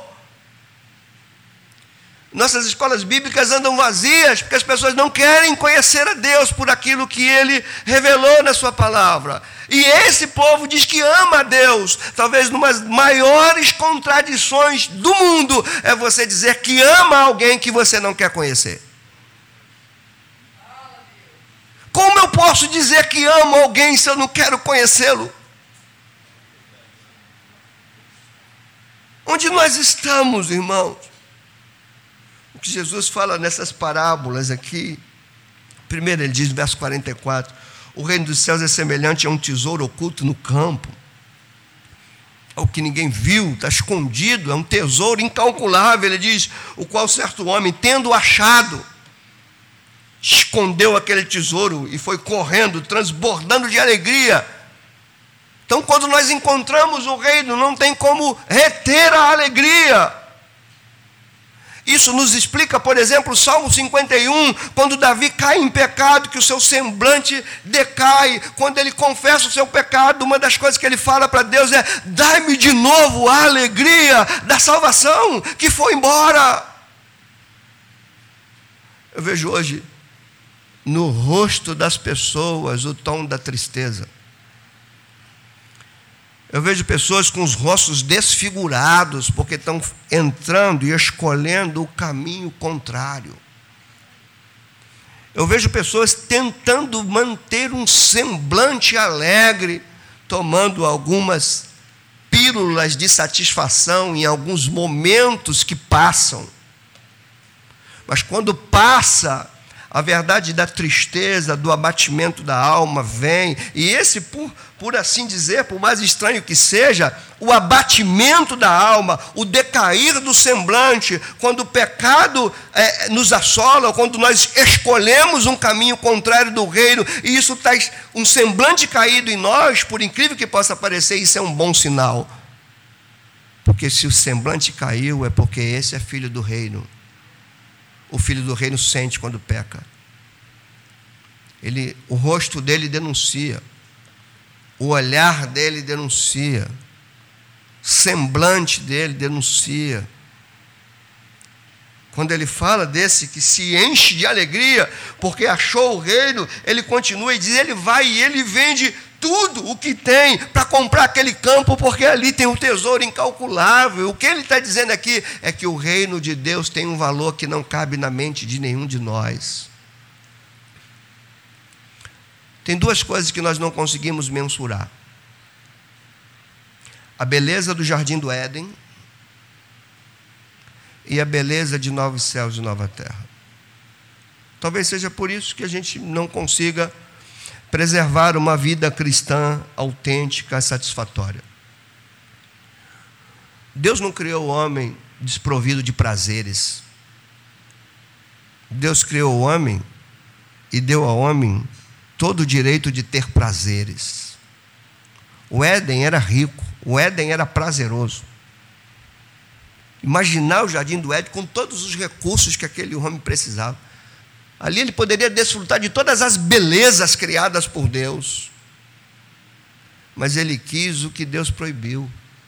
Nossas escolas bíblicas andam vazias, porque as pessoas não querem conhecer a Deus por aquilo que Ele revelou na sua palavra. E esse povo diz que ama a Deus. Talvez uma das maiores contradições do mundo é você dizer que ama alguém que você não quer conhecer. Como eu posso dizer que amo alguém se eu não quero conhecê-lo? Onde nós estamos, irmãos? O que Jesus fala nessas parábolas aqui, primeiro ele diz no verso quarenta e quatro, o reino dos céus é semelhante a um tesouro oculto no campo, ao que ninguém viu, está escondido, é um tesouro incalculável. Ele diz: o qual certo homem, tendo achado, escondeu aquele tesouro e foi correndo, transbordando de alegria. Então, quando nós encontramos o reino, não tem como reter a alegria. Isso nos explica, por exemplo, o Salmo cinquenta e um, quando Davi cai em pecado, que o seu semblante decai. Quando ele confessa o seu pecado, uma das coisas que ele fala para Deus é: dai-me de novo a alegria da salvação que foi embora. Eu vejo hoje no rosto das pessoas o tom da tristeza. Eu vejo pessoas com os rostos desfigurados, porque estão entrando e escolhendo o caminho contrário. Eu vejo pessoas tentando manter um semblante alegre, tomando algumas pílulas de satisfação em alguns momentos que passam. Mas quando passa, a verdade da tristeza, do abatimento da alma vem, e esse, por, por assim dizer, por mais estranho que seja, o abatimento da alma, o decair do semblante, quando o pecado é, nos assola, quando nós escolhemos um caminho contrário do reino, e isso traz um semblante caído em nós, por incrível que possa parecer, isso é um bom sinal. Porque se o semblante caiu, é porque esse é filho do reino. O filho do reino sente quando peca. Ele, o rosto dele denuncia. O olhar dele denuncia. O semblante dele denuncia. Quando ele fala desse que se enche de alegria, porque achou o reino, ele continua e diz, ele vai e ele vende tudo o que tem para comprar aquele campo, porque ali tem um tesouro incalculável. O que ele está dizendo aqui é que o reino de Deus tem um valor que não cabe na mente de nenhum de nós. Tem duas coisas que nós não conseguimos mensurar: a beleza do jardim do Éden e a beleza de novos céus e nova terra. Talvez seja por isso que a gente não consiga preservar uma vida cristã autêntica, satisfatória. Deus não criou o homem desprovido de prazeres. Deus criou o homem e deu ao homem todo o direito de ter prazeres. O Éden era rico, o Éden era prazeroso. Imaginar o jardim do Éden com todos os recursos que aquele homem precisava. Ali ele poderia desfrutar de todas as belezas criadas por Deus. Mas ele quis o que Deus proibiu.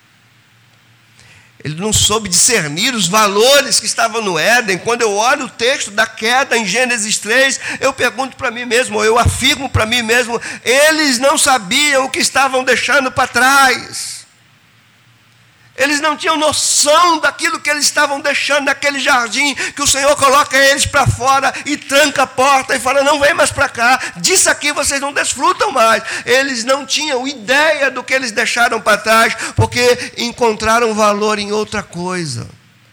Ele não soube discernir os valores que estavam no Éden. Quando eu olho o texto da queda em Gênesis três, eu pergunto para mim mesmo, ou eu afirmo para mim mesmo, eles não sabiam o que estavam deixando para trás. Eles não tinham noção daquilo que eles estavam deixando naquele jardim, que o Senhor coloca eles para fora e tranca a porta e fala, não vem mais para cá, disso aqui vocês não desfrutam mais. Eles não tinham ideia do que eles deixaram para trás, porque encontraram valor em outra coisa.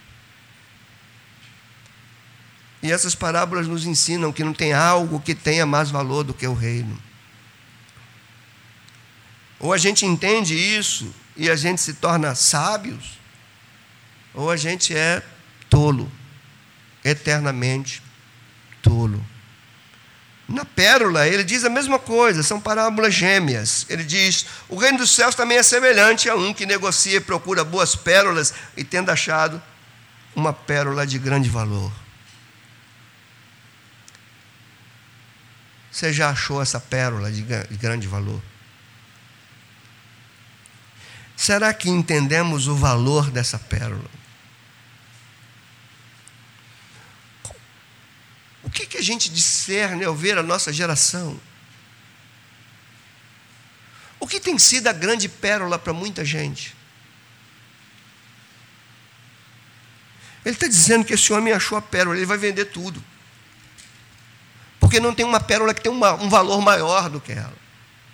E essas parábolas nos ensinam que não tem algo que tenha mais valor do que o reino. Ou a gente entende isso e a gente se torna sábios, ou a gente é tolo, eternamente tolo. Na pérola, ele diz a mesma coisa, são parábolas gêmeas. Ele diz, o reino dos céus também é semelhante a um que negocia e procura boas pérolas, e tendo achado uma pérola de grande valor. Você já achou essa pérola de grande valor? Será que entendemos o valor dessa pérola? O que, que a gente discerne ao ver a nossa geração? O que tem sido a grande pérola para muita gente? Ele está dizendo que esse homem achou a pérola, ele vai vender tudo. Porque não tem uma pérola que tem uma, um valor maior do que ela.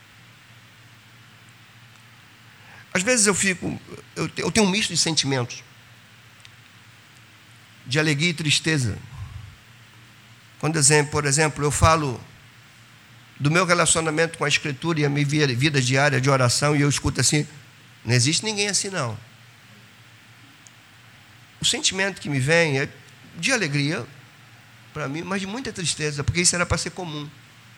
Às vezes eu fico, eu tenho um misto de sentimentos, de alegria e tristeza. Quando, por exemplo, eu falo do meu relacionamento com a Escritura e a minha vida diária de oração, e eu escuto assim, não existe ninguém assim não. O sentimento que me vem é de alegria, para mim, mas de muita tristeza, porque isso era para ser comum.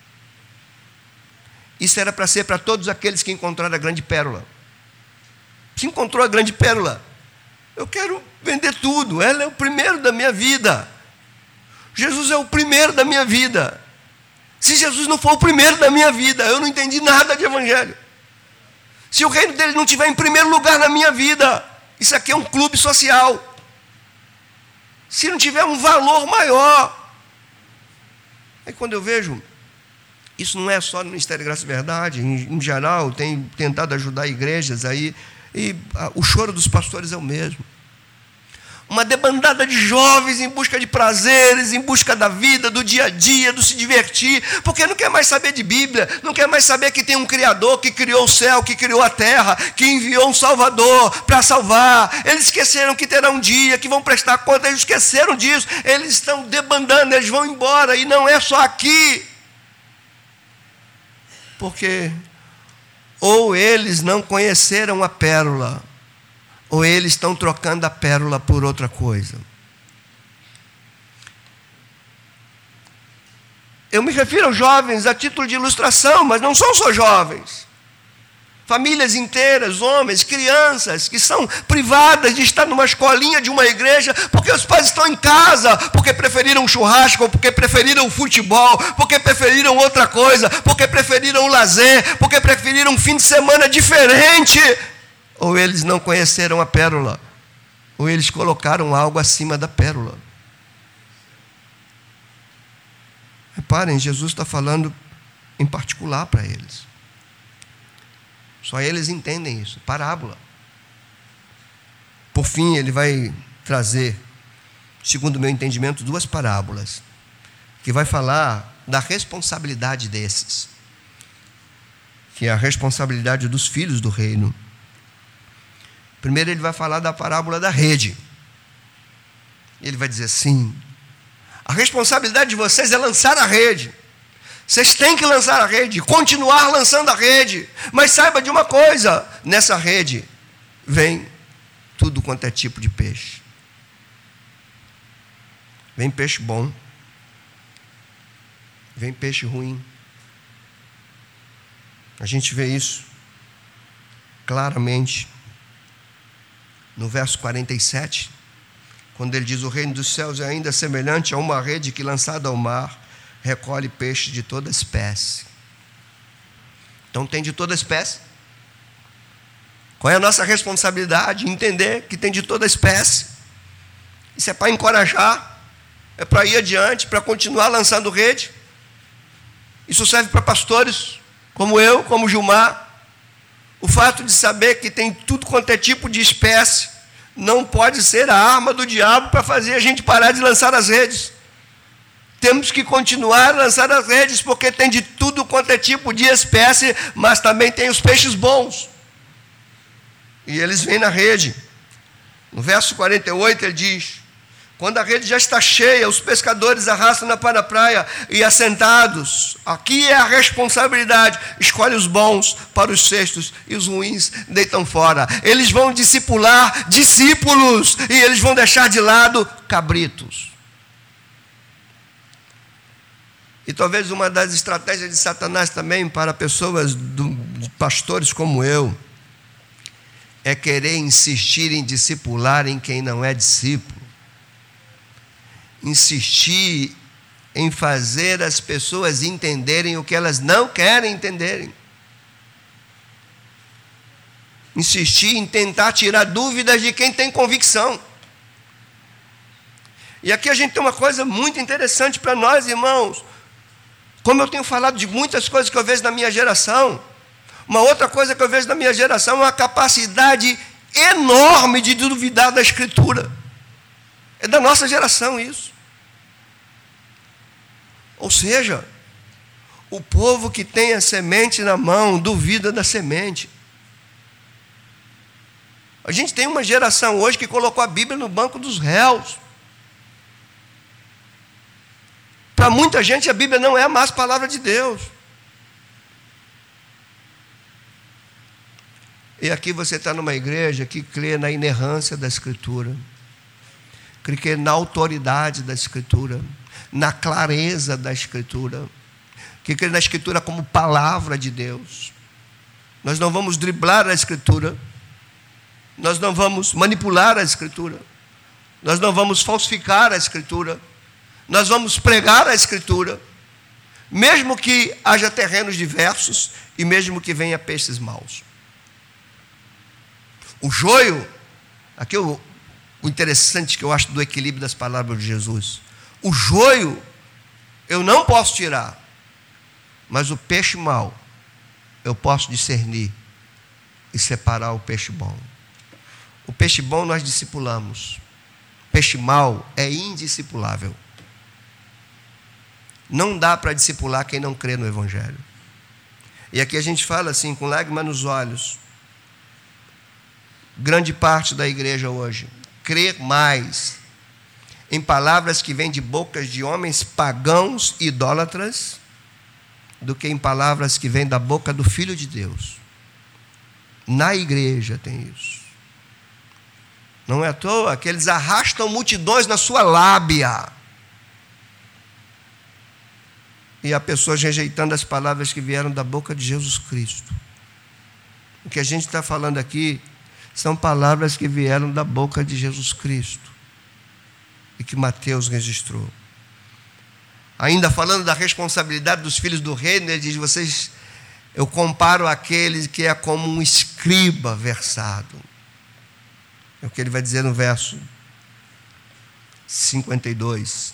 Isso era para ser para todos aqueles que encontraram a grande pérola. Se encontrou a grande pérola, eu quero vender tudo, ela é o primeiro da minha vida. Jesus é o primeiro da minha vida. Se Jesus não for o primeiro da minha vida, eu não entendi nada de evangelho. Se o reino dele não estiver em primeiro lugar na minha vida, isso aqui é um clube social. Se não tiver um valor maior. Aí quando eu vejo, isso não é só no Ministério Graça e Verdade, em, em geral, tenho tentado ajudar igrejas aí, e o choro dos pastores é o mesmo. uma debandada de jovens em busca de prazeres, em busca da vida, do dia a dia, do se divertir, porque não quer mais saber de Bíblia, não quer mais saber que tem um Criador que criou o céu, que criou a terra, que enviou um Salvador para salvar. Eles esqueceram que terá um dia, que vão prestar conta, eles esqueceram disso, eles estão debandando, eles vão embora, e não é só aqui. Porque ou eles não conheceram a pérola, ou eles estão trocando a pérola por outra coisa. Eu me refiro aos jovens a título de ilustração, mas não são só jovens. Famílias inteiras, homens, crianças, que são privadas de estar numa escolinha de uma igreja, porque os pais estão em casa, porque preferiram um churrasco, porque preferiram futebol, porque preferiram outra coisa, porque preferiram o lazer, porque preferiram um fim de semana diferente. Ou eles não conheceram a pérola, ou eles colocaram algo acima da pérola. Reparem, Jesus está falando em particular para eles. Só eles entendem isso, parábola. Por fim, ele vai trazer, segundo o meu entendimento, duas parábolas, que vai falar da responsabilidade desses, que é a responsabilidade dos filhos do reino. Primeiro ele vai falar da parábola da rede. Ele vai dizer assim: a responsabilidade de vocês é lançar a rede. Vocês têm que lançar a rede, continuar lançando a rede. Mas saiba de uma coisa: nessa rede vem tudo quanto é tipo de peixe. Vem peixe bom, vem peixe ruim. A gente vê isso claramente no verso quarenta e sete, quando ele diz: o reino dos céus é ainda semelhante a uma rede que, lançada ao mar, recolhe peixes de toda espécie. Então tem de toda espécie. Qual é a nossa responsabilidade? Entender que tem de toda espécie. Isso é para encorajar, é para ir adiante, para continuar lançando rede. Isso serve para pastores como eu, como Gilmar. O fato de saber que tem tudo quanto é tipo de espécie não pode ser a arma do diabo para fazer a gente parar de lançar as redes. Temos que continuar a lançar as redes, porque tem de tudo quanto é tipo de espécie, mas também tem os peixes bons. E eles vêm na rede. No verso quarenta e oito ele diz: quando a rede já está cheia, os pescadores arrastam-na para a praia e, assentados, aqui é a responsabilidade, escolhe os bons para os cestos e os ruins deitam fora. Eles vão discipular discípulos e eles vão deixar de lado cabritos. E talvez uma das estratégias de Satanás também para pessoas, do, pastores como eu, é querer insistir em discipular em quem não é discípulo. Insistir em fazer as pessoas entenderem o que elas não querem entenderem. Insistir em tentar tirar dúvidas de quem tem convicção. E aqui a gente tem uma coisa muito interessante para nós, irmãos. Como eu tenho falado de muitas coisas que eu vejo na minha geração, uma outra coisa que eu vejo na minha geração é uma capacidade enorme de duvidar da Escritura. É da nossa geração isso. Ou seja, o povo que tem a semente na mão duvida da semente. A gente tem uma geração hoje que colocou a Bíblia no banco dos réus. Para muita gente a Bíblia não é mais palavra de Deus. E aqui você está numa igreja que crê na inerrância da Escritura, que crê na autoridade da Escritura, na clareza da Escritura, que crê na Escritura como palavra de Deus. Nós não vamos driblar a Escritura, nós não vamos manipular a Escritura, nós não vamos falsificar a Escritura, nós vamos pregar a Escritura, mesmo que haja terrenos diversos e mesmo que venha peixes maus. O joio, aqui o, o interessante que eu acho do equilíbrio das palavras de Jesus, o joio eu não posso tirar, mas o peixe mau eu posso discernir e separar o peixe bom. O peixe bom nós discipulamos, peixe mau, é indiscipulável. Não dá para discipular quem não crê no Evangelho. E aqui a gente fala assim, com lágrimas nos olhos. Grande parte da igreja hoje crê mais em palavras que vêm de bocas de homens pagãos e idólatras do que em palavras que vêm da boca do Filho de Deus. Na igreja tem isso. Não é à toa que eles arrastam multidões na sua lábia. E há pessoas rejeitando as palavras que vieram da boca de Jesus Cristo. O que a gente está falando aqui são palavras que vieram da boca de Jesus Cristo e que Mateus registrou. Ainda falando da responsabilidade dos filhos do reino, ele diz: vocês, eu comparo aquele que é como um escriba versado. É o que ele vai dizer no verso cinquenta e dois.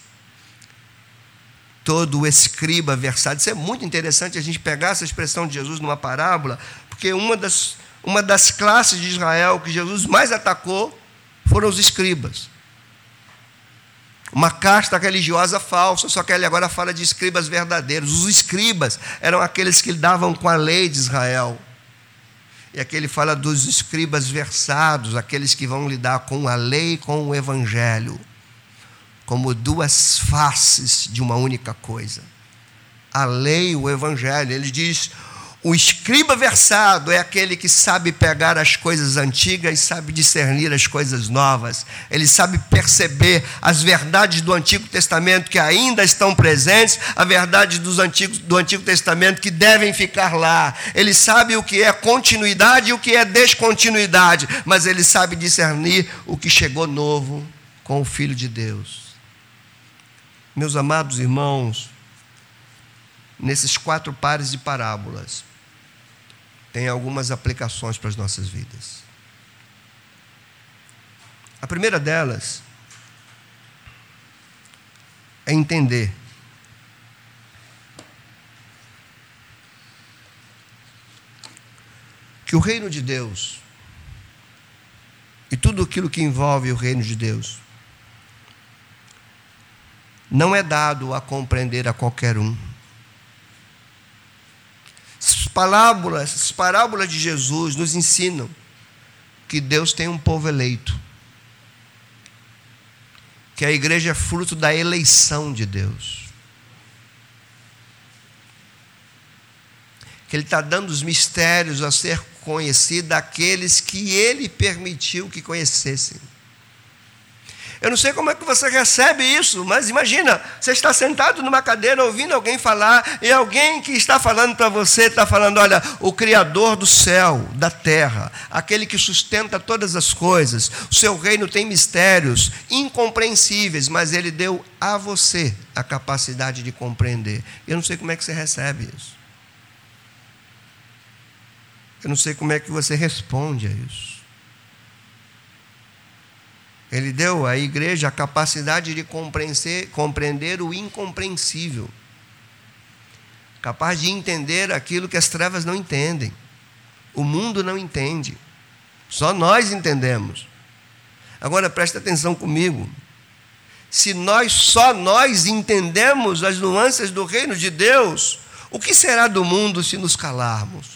Todo escriba versado. Isso é muito interessante a gente pegar essa expressão de Jesus numa parábola, porque uma das, uma das classes de Israel que Jesus mais atacou foram os escribas. Uma casta religiosa falsa, só que ele agora fala de escribas verdadeiros. Os escribas eram aqueles que lidavam com a lei de Israel. E aqui ele fala dos escribas versados, aqueles que vão lidar com a lei e com o Evangelho, como duas faces de uma única coisa. A lei e o Evangelho. Ele diz: o escriba versado é aquele que sabe pegar as coisas antigas e sabe discernir as coisas novas. Ele sabe perceber as verdades do Antigo Testamento que ainda estão presentes, a verdade dos antigos, do Antigo Testamento que devem ficar lá. Ele sabe o que é continuidade e o que é descontinuidade, mas ele sabe discernir o que chegou novo com o Filho de Deus. Meus amados irmãos, nesses quatro pares de parábolas, tem algumas aplicações para as nossas vidas. A primeira delas é entender que o reino de Deus e tudo aquilo que envolve o reino de Deus não é dado a compreender a qualquer um. As parábolas, as parábolas de Jesus nos ensinam que Deus tem um povo eleito, que a igreja é fruto da eleição de Deus, que Ele está dando os mistérios a ser conhecido àqueles que Ele permitiu que conhecessem. Eu não sei como é que você recebe isso, mas imagina, você está sentado numa cadeira ouvindo alguém falar, e alguém que está falando para você está falando: olha, o Criador do céu, da terra, aquele que sustenta todas as coisas, o seu reino tem mistérios incompreensíveis, mas Ele deu a você a capacidade de compreender. Eu não sei como é que você recebe isso. Eu não sei como é que você responde a isso. Ele deu à igreja a capacidade de compreender, compreender o incompreensível, capaz de entender aquilo que as trevas não entendem, o mundo não entende, só nós entendemos. Agora presta atenção comigo: se nós, só nós entendemos as nuances do reino de Deus, o que será do mundo se nos calarmos?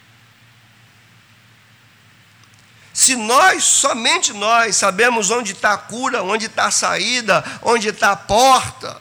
Se nós, somente nós, sabemos onde está a cura, onde está a saída, onde está a porta.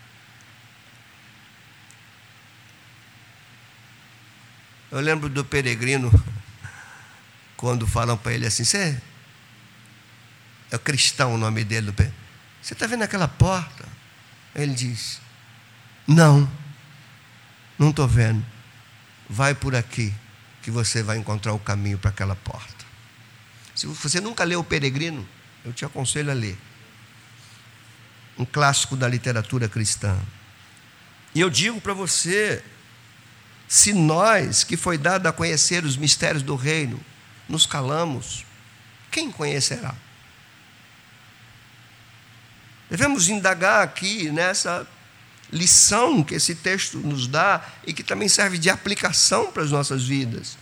Eu lembro do peregrino, quando falam para ele assim: você é cristão, o nome dele, você está vendo aquela porta? Ele diz: não, não estou vendo. Vai por aqui, que você vai encontrar o caminho para aquela porta. Se você nunca leu O Peregrino, eu te aconselho a ler. Um clássico da literatura cristã. E eu digo para você, se nós, que foi dado a conhecer os mistérios do reino, nos calamos, quem conhecerá? Devemos indagar aqui nessa lição que esse texto nos dá e que também serve de aplicação para as nossas vidas.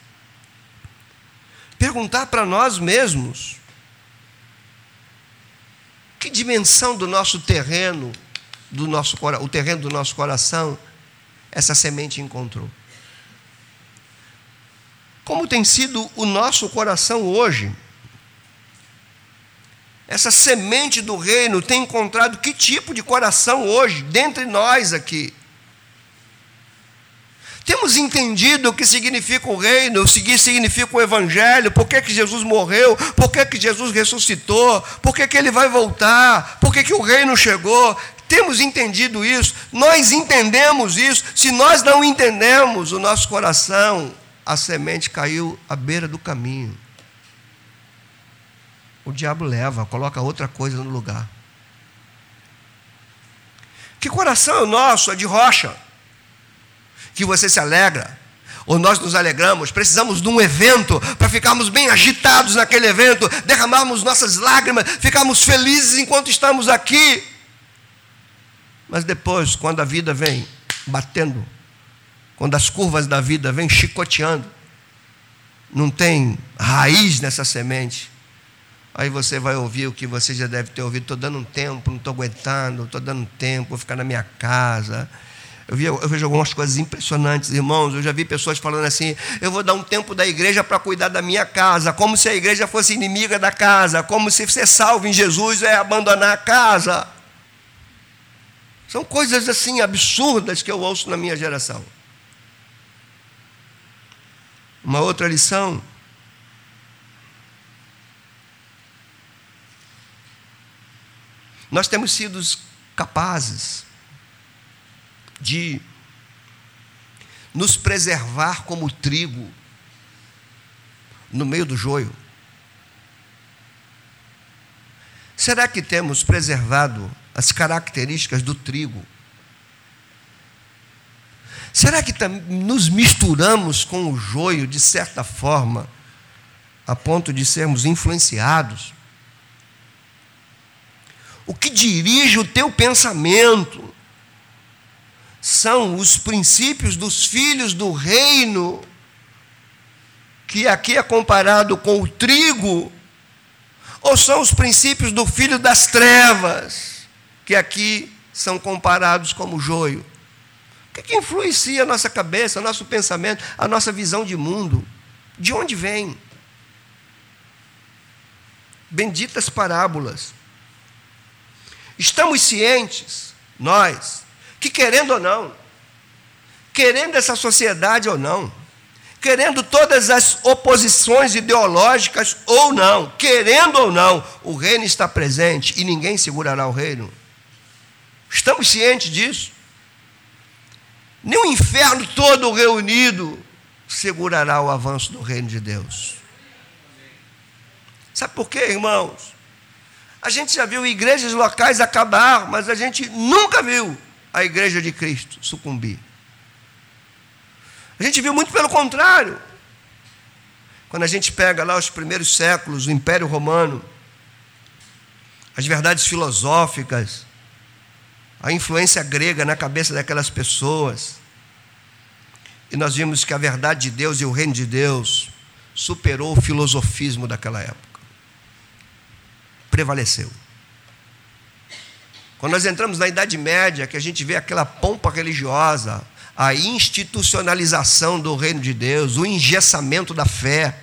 Perguntar para nós mesmos: Que dimensão do nosso terreno, do nosso, o terreno do nosso coração, essa semente encontrou? Como tem sido o nosso coração hoje? Essa semente do reino tem encontrado que tipo de coração hoje, dentre nós aqui? Temos entendido o que significa o reino, o que significa o evangelho, por que que Jesus morreu, por que que Jesus ressuscitou, por que que ele vai voltar, por que que o reino chegou? Temos entendido isso, nós entendemos isso. Se nós não entendemos o nosso coração, a semente caiu à beira do caminho. O diabo leva, coloca outra coisa no lugar. Que coração é o nosso? É de rocha, que você se alegra, ou nós nos alegramos, precisamos de um evento para ficarmos bem agitados naquele evento, derramarmos nossas lágrimas, ficarmos felizes enquanto estamos aqui. Mas depois, quando a vida vem batendo, quando as curvas da vida vêm chicoteando, não tem raiz nessa semente, aí você vai ouvir o que você já deve ter ouvido: estou dando um tempo, não estou aguentando, estou dando tempo, vou ficar na minha casa. Eu, vi, eu vejo algumas coisas impressionantes, irmãos. Eu já vi pessoas falando assim: eu vou dar um tempo da igreja para cuidar da minha casa, como se a igreja fosse inimiga da casa, como se ser salvo em Jesus é abandonar a casa. São coisas assim absurdas que eu ouço na minha geração. Uma outra lição: nós temos sido capazes de nos preservar como trigo no meio do joio. Será que temos preservado as características do trigo? Será que nos misturamos com o joio de certa forma, a ponto de sermos influenciados? O que dirige o teu pensamento são os princípios dos filhos do reino, que aqui é comparado com o trigo, ou são os princípios do filho das trevas, que aqui são comparados como joio? O que, que influencia a nossa cabeça, o nosso pensamento, a nossa visão de mundo? De onde vem? Benditas parábolas. Estamos cientes, nós, que querendo ou não, querendo essa sociedade ou não, querendo todas as oposições ideológicas ou não, querendo ou não, o reino está presente e ninguém segurará o reino. Estamos cientes disso? Nem o inferno todo reunido segurará o avanço do reino de Deus. Sabe por quê, irmãos? A gente já viu igrejas locais acabar, mas a gente nunca viu a igreja de Cristo sucumbir. A gente viu muito pelo contrário. Quando a gente pega lá os primeiros séculos, o Império Romano, as verdades filosóficas, a influência grega na cabeça daquelas pessoas, e nós vimos que a verdade de Deus e o reino de Deus superou o filosofismo daquela época. Prevaleceu. Quando nós entramos na Idade Média, que a gente vê aquela pompa religiosa, a institucionalização do reino de Deus, o engessamento da fé,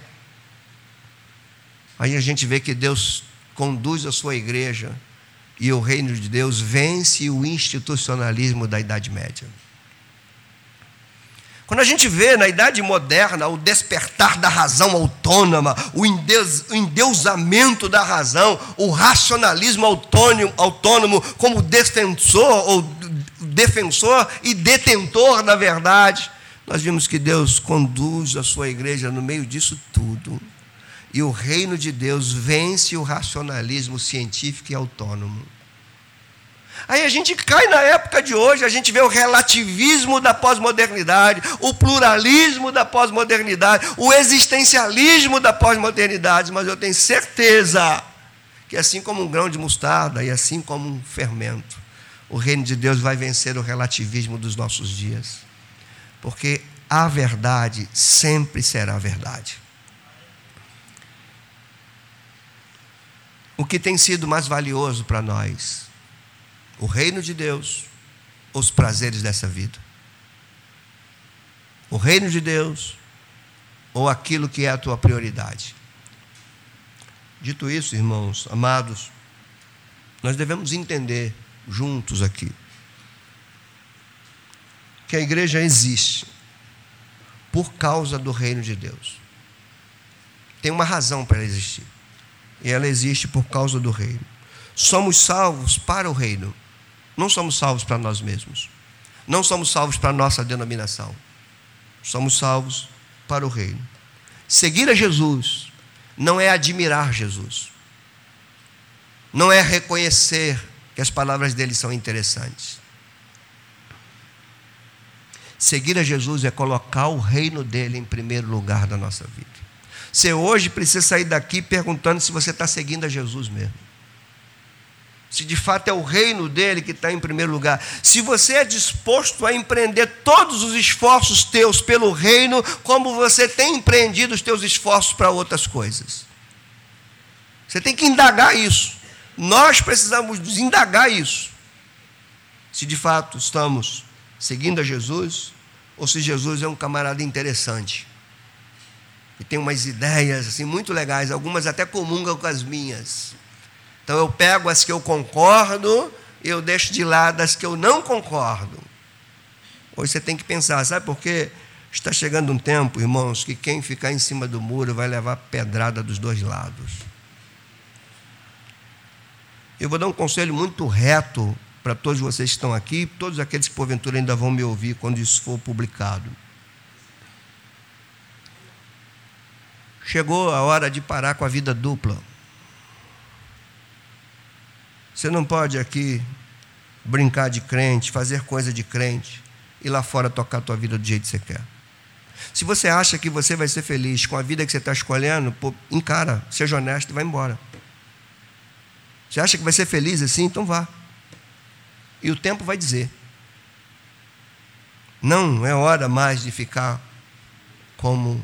aí a gente vê que Deus conduz a sua igreja e o reino de Deus vence o institucionalismo da Idade Média. Quando a gente vê na Idade Moderna o despertar da razão autônoma, o endeusamento da razão, o racionalismo autônomo, autônomo como defensor, ou defensor e detentor da verdade, nós vimos que Deus conduz a sua igreja no meio disso tudo. E o reino de Deus vence o racionalismo científico e autônomo. Aí a gente cai na época de hoje, a gente vê o relativismo da pós-modernidade, o pluralismo da pós-modernidade, o existencialismo da pós-modernidade, mas eu tenho certeza que assim como um grão de mostarda e assim como um fermento, o reino de Deus vai vencer o relativismo dos nossos dias, porque a verdade sempre será verdade. O que tem sido mais valioso para nós? O reino de Deus ou os prazeres dessa vida? O reino de Deus ou aquilo que é a tua prioridade? Dito isso, irmãos amados, nós devemos entender juntos aqui que a igreja existe por causa do reino de Deus. Tem uma razão para ela existir. E ela existe por causa do reino. Somos salvos para o reino. Não somos salvos para nós mesmos. Não somos salvos para a nossa denominação. Somos salvos para o reino. Seguir a Jesus não é admirar Jesus. Não é reconhecer que as palavras dele são interessantes. Seguir a Jesus é colocar o reino dele em primeiro lugar da nossa vida. Você hoje precisa sair daqui perguntando se você está seguindo a Jesus mesmo. Se de fato é o reino dele que está em primeiro lugar. Se você é disposto a empreender todos os esforços teus pelo reino, como você tem empreendido os teus esforços para outras coisas. Você tem que indagar isso. Nós precisamos indagar isso. Se de fato estamos seguindo a Jesus, ou se Jesus é um camarada interessante. E tem umas ideias assim muito legais, algumas até comungam com as minhas. Então eu pego as que eu concordo e eu deixo de lado as que eu não concordo. Hoje você tem que pensar, sabe por quê? Está chegando um tempo, irmãos, que quem ficar em cima do muro vai levar pedrada dos dois lados. Eu vou dar um conselho muito reto para todos vocês que estão aqui, todos aqueles que porventura ainda vão me ouvir quando isso for publicado. Chegou a hora de parar com a vida dupla. Você não pode aqui brincar de crente, fazer coisa de crente e lá fora tocar a tua vida do jeito que você quer. Se você acha que você vai ser feliz com a vida que você está escolhendo, pô, encara, seja honesto e vai embora. Você acha que vai ser feliz assim? Então vá. E o tempo vai dizer. Não é hora mais de ficar como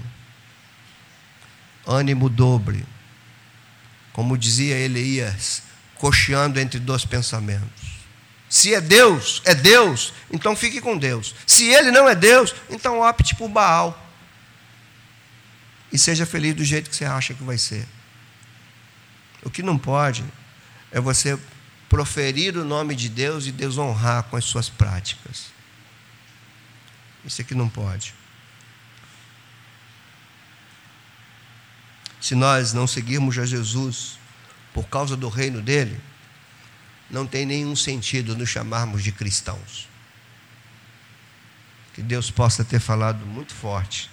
ânimo dobre, como dizia Elias, cocheando entre dois pensamentos. Se é Deus, é Deus, então fique com Deus. Se ele não é Deus, então opte por Baal. E seja feliz do jeito que você acha que vai ser. O que não pode é você proferir o nome de Deus e desonrar com as suas práticas. Isso aqui não pode. Se nós não seguirmos a Jesus por causa do reino dele, não tem nenhum sentido nos chamarmos de cristãos. Que Deus possa ter falado muito forte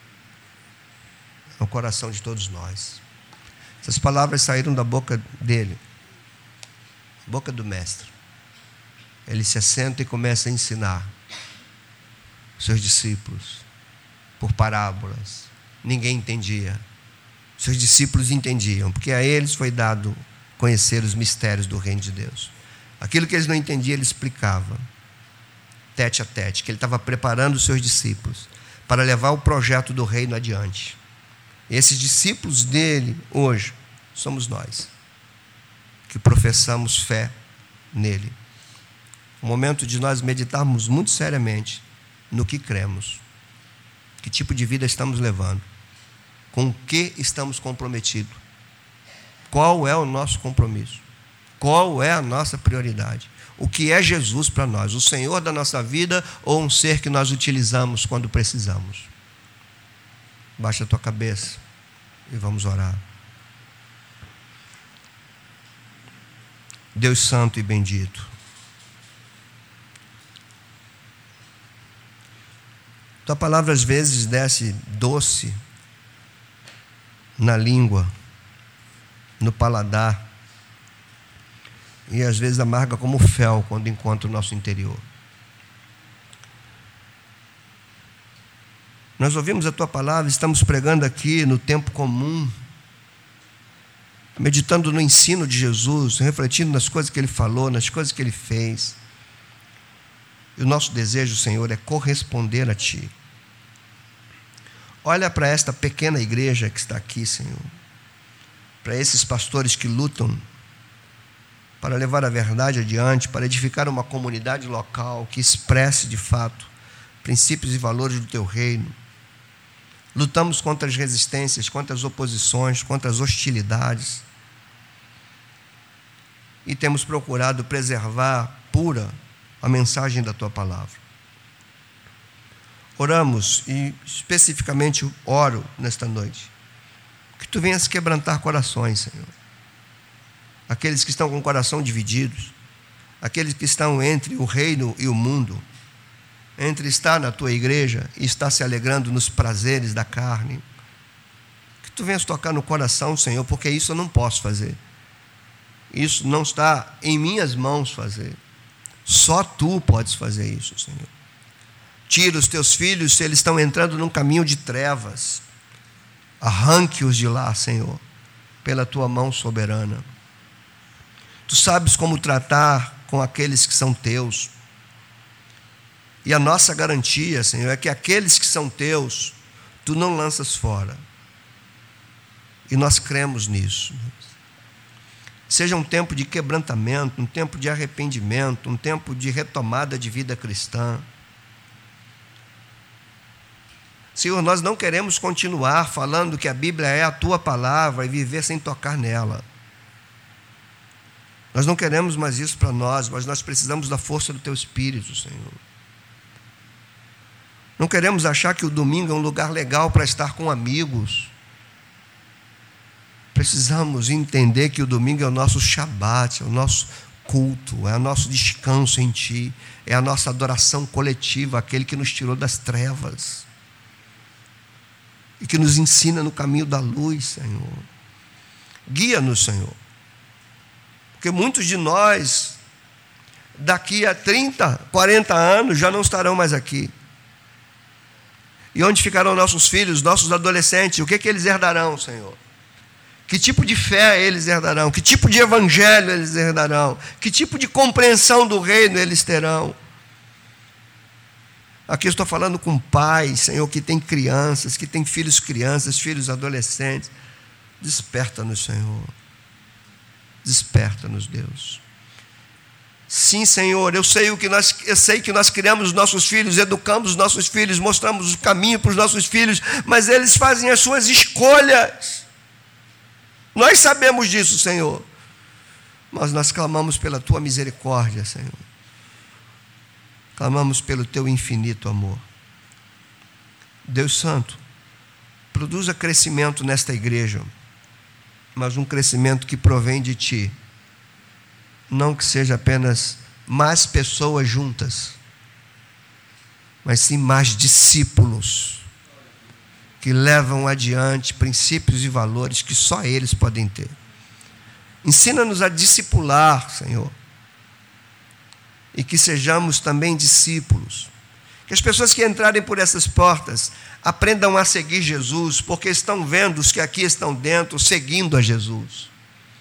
no coração de todos nós. Essas palavras saíram da boca dele, boca do mestre. Ele se assenta e começa a ensinar seus discípulos por parábolas. Ninguém entendia. Seus discípulos entendiam, porque a eles foi dado conhecer os mistérios do reino de Deus. Aquilo que eles não entendiam, ele explicava, tete a tete, que ele estava preparando os seus discípulos para levar o projeto do reino adiante. E esses discípulos dele, hoje, somos nós, que professamos fé nele. O momento de nós meditarmos muito seriamente no que cremos, que tipo de vida estamos levando, com o que estamos comprometidos, qual é o nosso compromisso, qual é a nossa prioridade, o que é Jesus para nós, o Senhor da nossa vida ou um ser que nós utilizamos quando precisamos. Baixa a tua cabeça e vamos orar. Deus santo e bendito, tua palavra às vezes desce doce na língua, no paladar, e às vezes amarga como fel quando encontra o nosso interior. Nós ouvimos a tua palavra, estamos pregando aqui no tempo comum, meditando no ensino de Jesus, refletindo nas coisas que ele falou, nas coisas que ele fez. E o nosso desejo, Senhor, é corresponder a ti. Olha para esta pequena igreja que está aqui, Senhor, para para esses pastores que lutam para levar a verdade adiante, para edificar uma comunidade local que expresse de fato princípios e valores do teu reino. Lutamos contra as resistências, contra as oposições, contra as hostilidades. E temos procurado preservar pura a mensagem da tua palavra. Oramos e especificamente oro nesta noite, que tu venhas quebrantar corações, Senhor. Aqueles que estão com o coração divididos, aqueles que estão entre o reino e o mundo, entre estar na tua igreja e estar se alegrando nos prazeres da carne. Que tu venhas tocar no coração, Senhor, porque isso eu não posso fazer. Isso não está em minhas mãos fazer. Só tu podes fazer isso, Senhor. Tira os teus filhos se eles estão entrando num caminho de trevas. Arranque-os de lá, Senhor, pela tua mão soberana. Tu sabes como tratar com aqueles que são teus. E a nossa garantia, Senhor, é que aqueles que são teus, tu não lanças fora. E nós cremos nisso. Seja um tempo de quebrantamento, um tempo de arrependimento, um tempo de retomada de vida cristã. Senhor, nós não queremos continuar falando que a Bíblia é a tua palavra e viver sem tocar nela. Nós não queremos mais isso para nós, mas nós precisamos da força do teu Espírito, Senhor. Não queremos achar que o domingo é um lugar legal para estar com amigos. Precisamos entender que o domingo é o nosso Shabat, é o nosso culto, é o nosso descanso em Ti, é a nossa adoração coletiva, aquele que nos tirou das trevas e que nos ensina no caminho da luz, Senhor. Guia-nos, Senhor, porque muitos de nós, daqui a trinta, quarenta anos, já não estarão mais aqui. E onde ficarão nossos filhos, nossos adolescentes? O que, que eles herdarão, Senhor? Que tipo de fé eles herdarão? Que tipo de evangelho eles herdarão? Que tipo de compreensão do reino eles terão? Aqui eu estou falando com pais, Senhor, que tem crianças, que tem filhos crianças, filhos adolescentes. Desperta-nos, Senhor. Desperta-nos, Deus. Sim, Senhor, eu sei, o que nós, eu sei que nós criamos os nossos filhos, educamos os nossos filhos, mostramos o caminho para os nossos filhos, mas eles fazem as suas escolhas. Nós sabemos disso, Senhor, mas nós clamamos pela tua misericórdia, Senhor. Clamamos pelo teu infinito amor. Deus Santo, produza crescimento nesta igreja, mas um crescimento que provém de Ti. Não que seja apenas mais pessoas juntas, mas sim mais discípulos que levam adiante princípios e valores que só eles podem ter. Ensina-nos a discipular, Senhor, e que sejamos também discípulos. Que as pessoas que entrarem por essas portas aprendam a seguir Jesus, porque estão vendo os que aqui estão dentro seguindo a Jesus.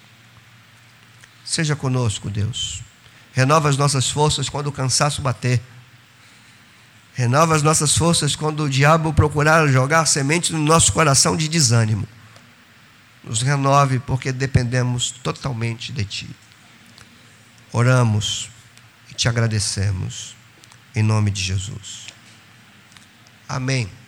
Seja conosco, Deus. Renova as nossas forças quando o cansaço bater. Renova as nossas forças quando o diabo procurar jogar semente no nosso coração de desânimo. Nos renove, porque dependemos totalmente de Ti. Oramos e Te agradecemos. Em nome de Jesus. Amém.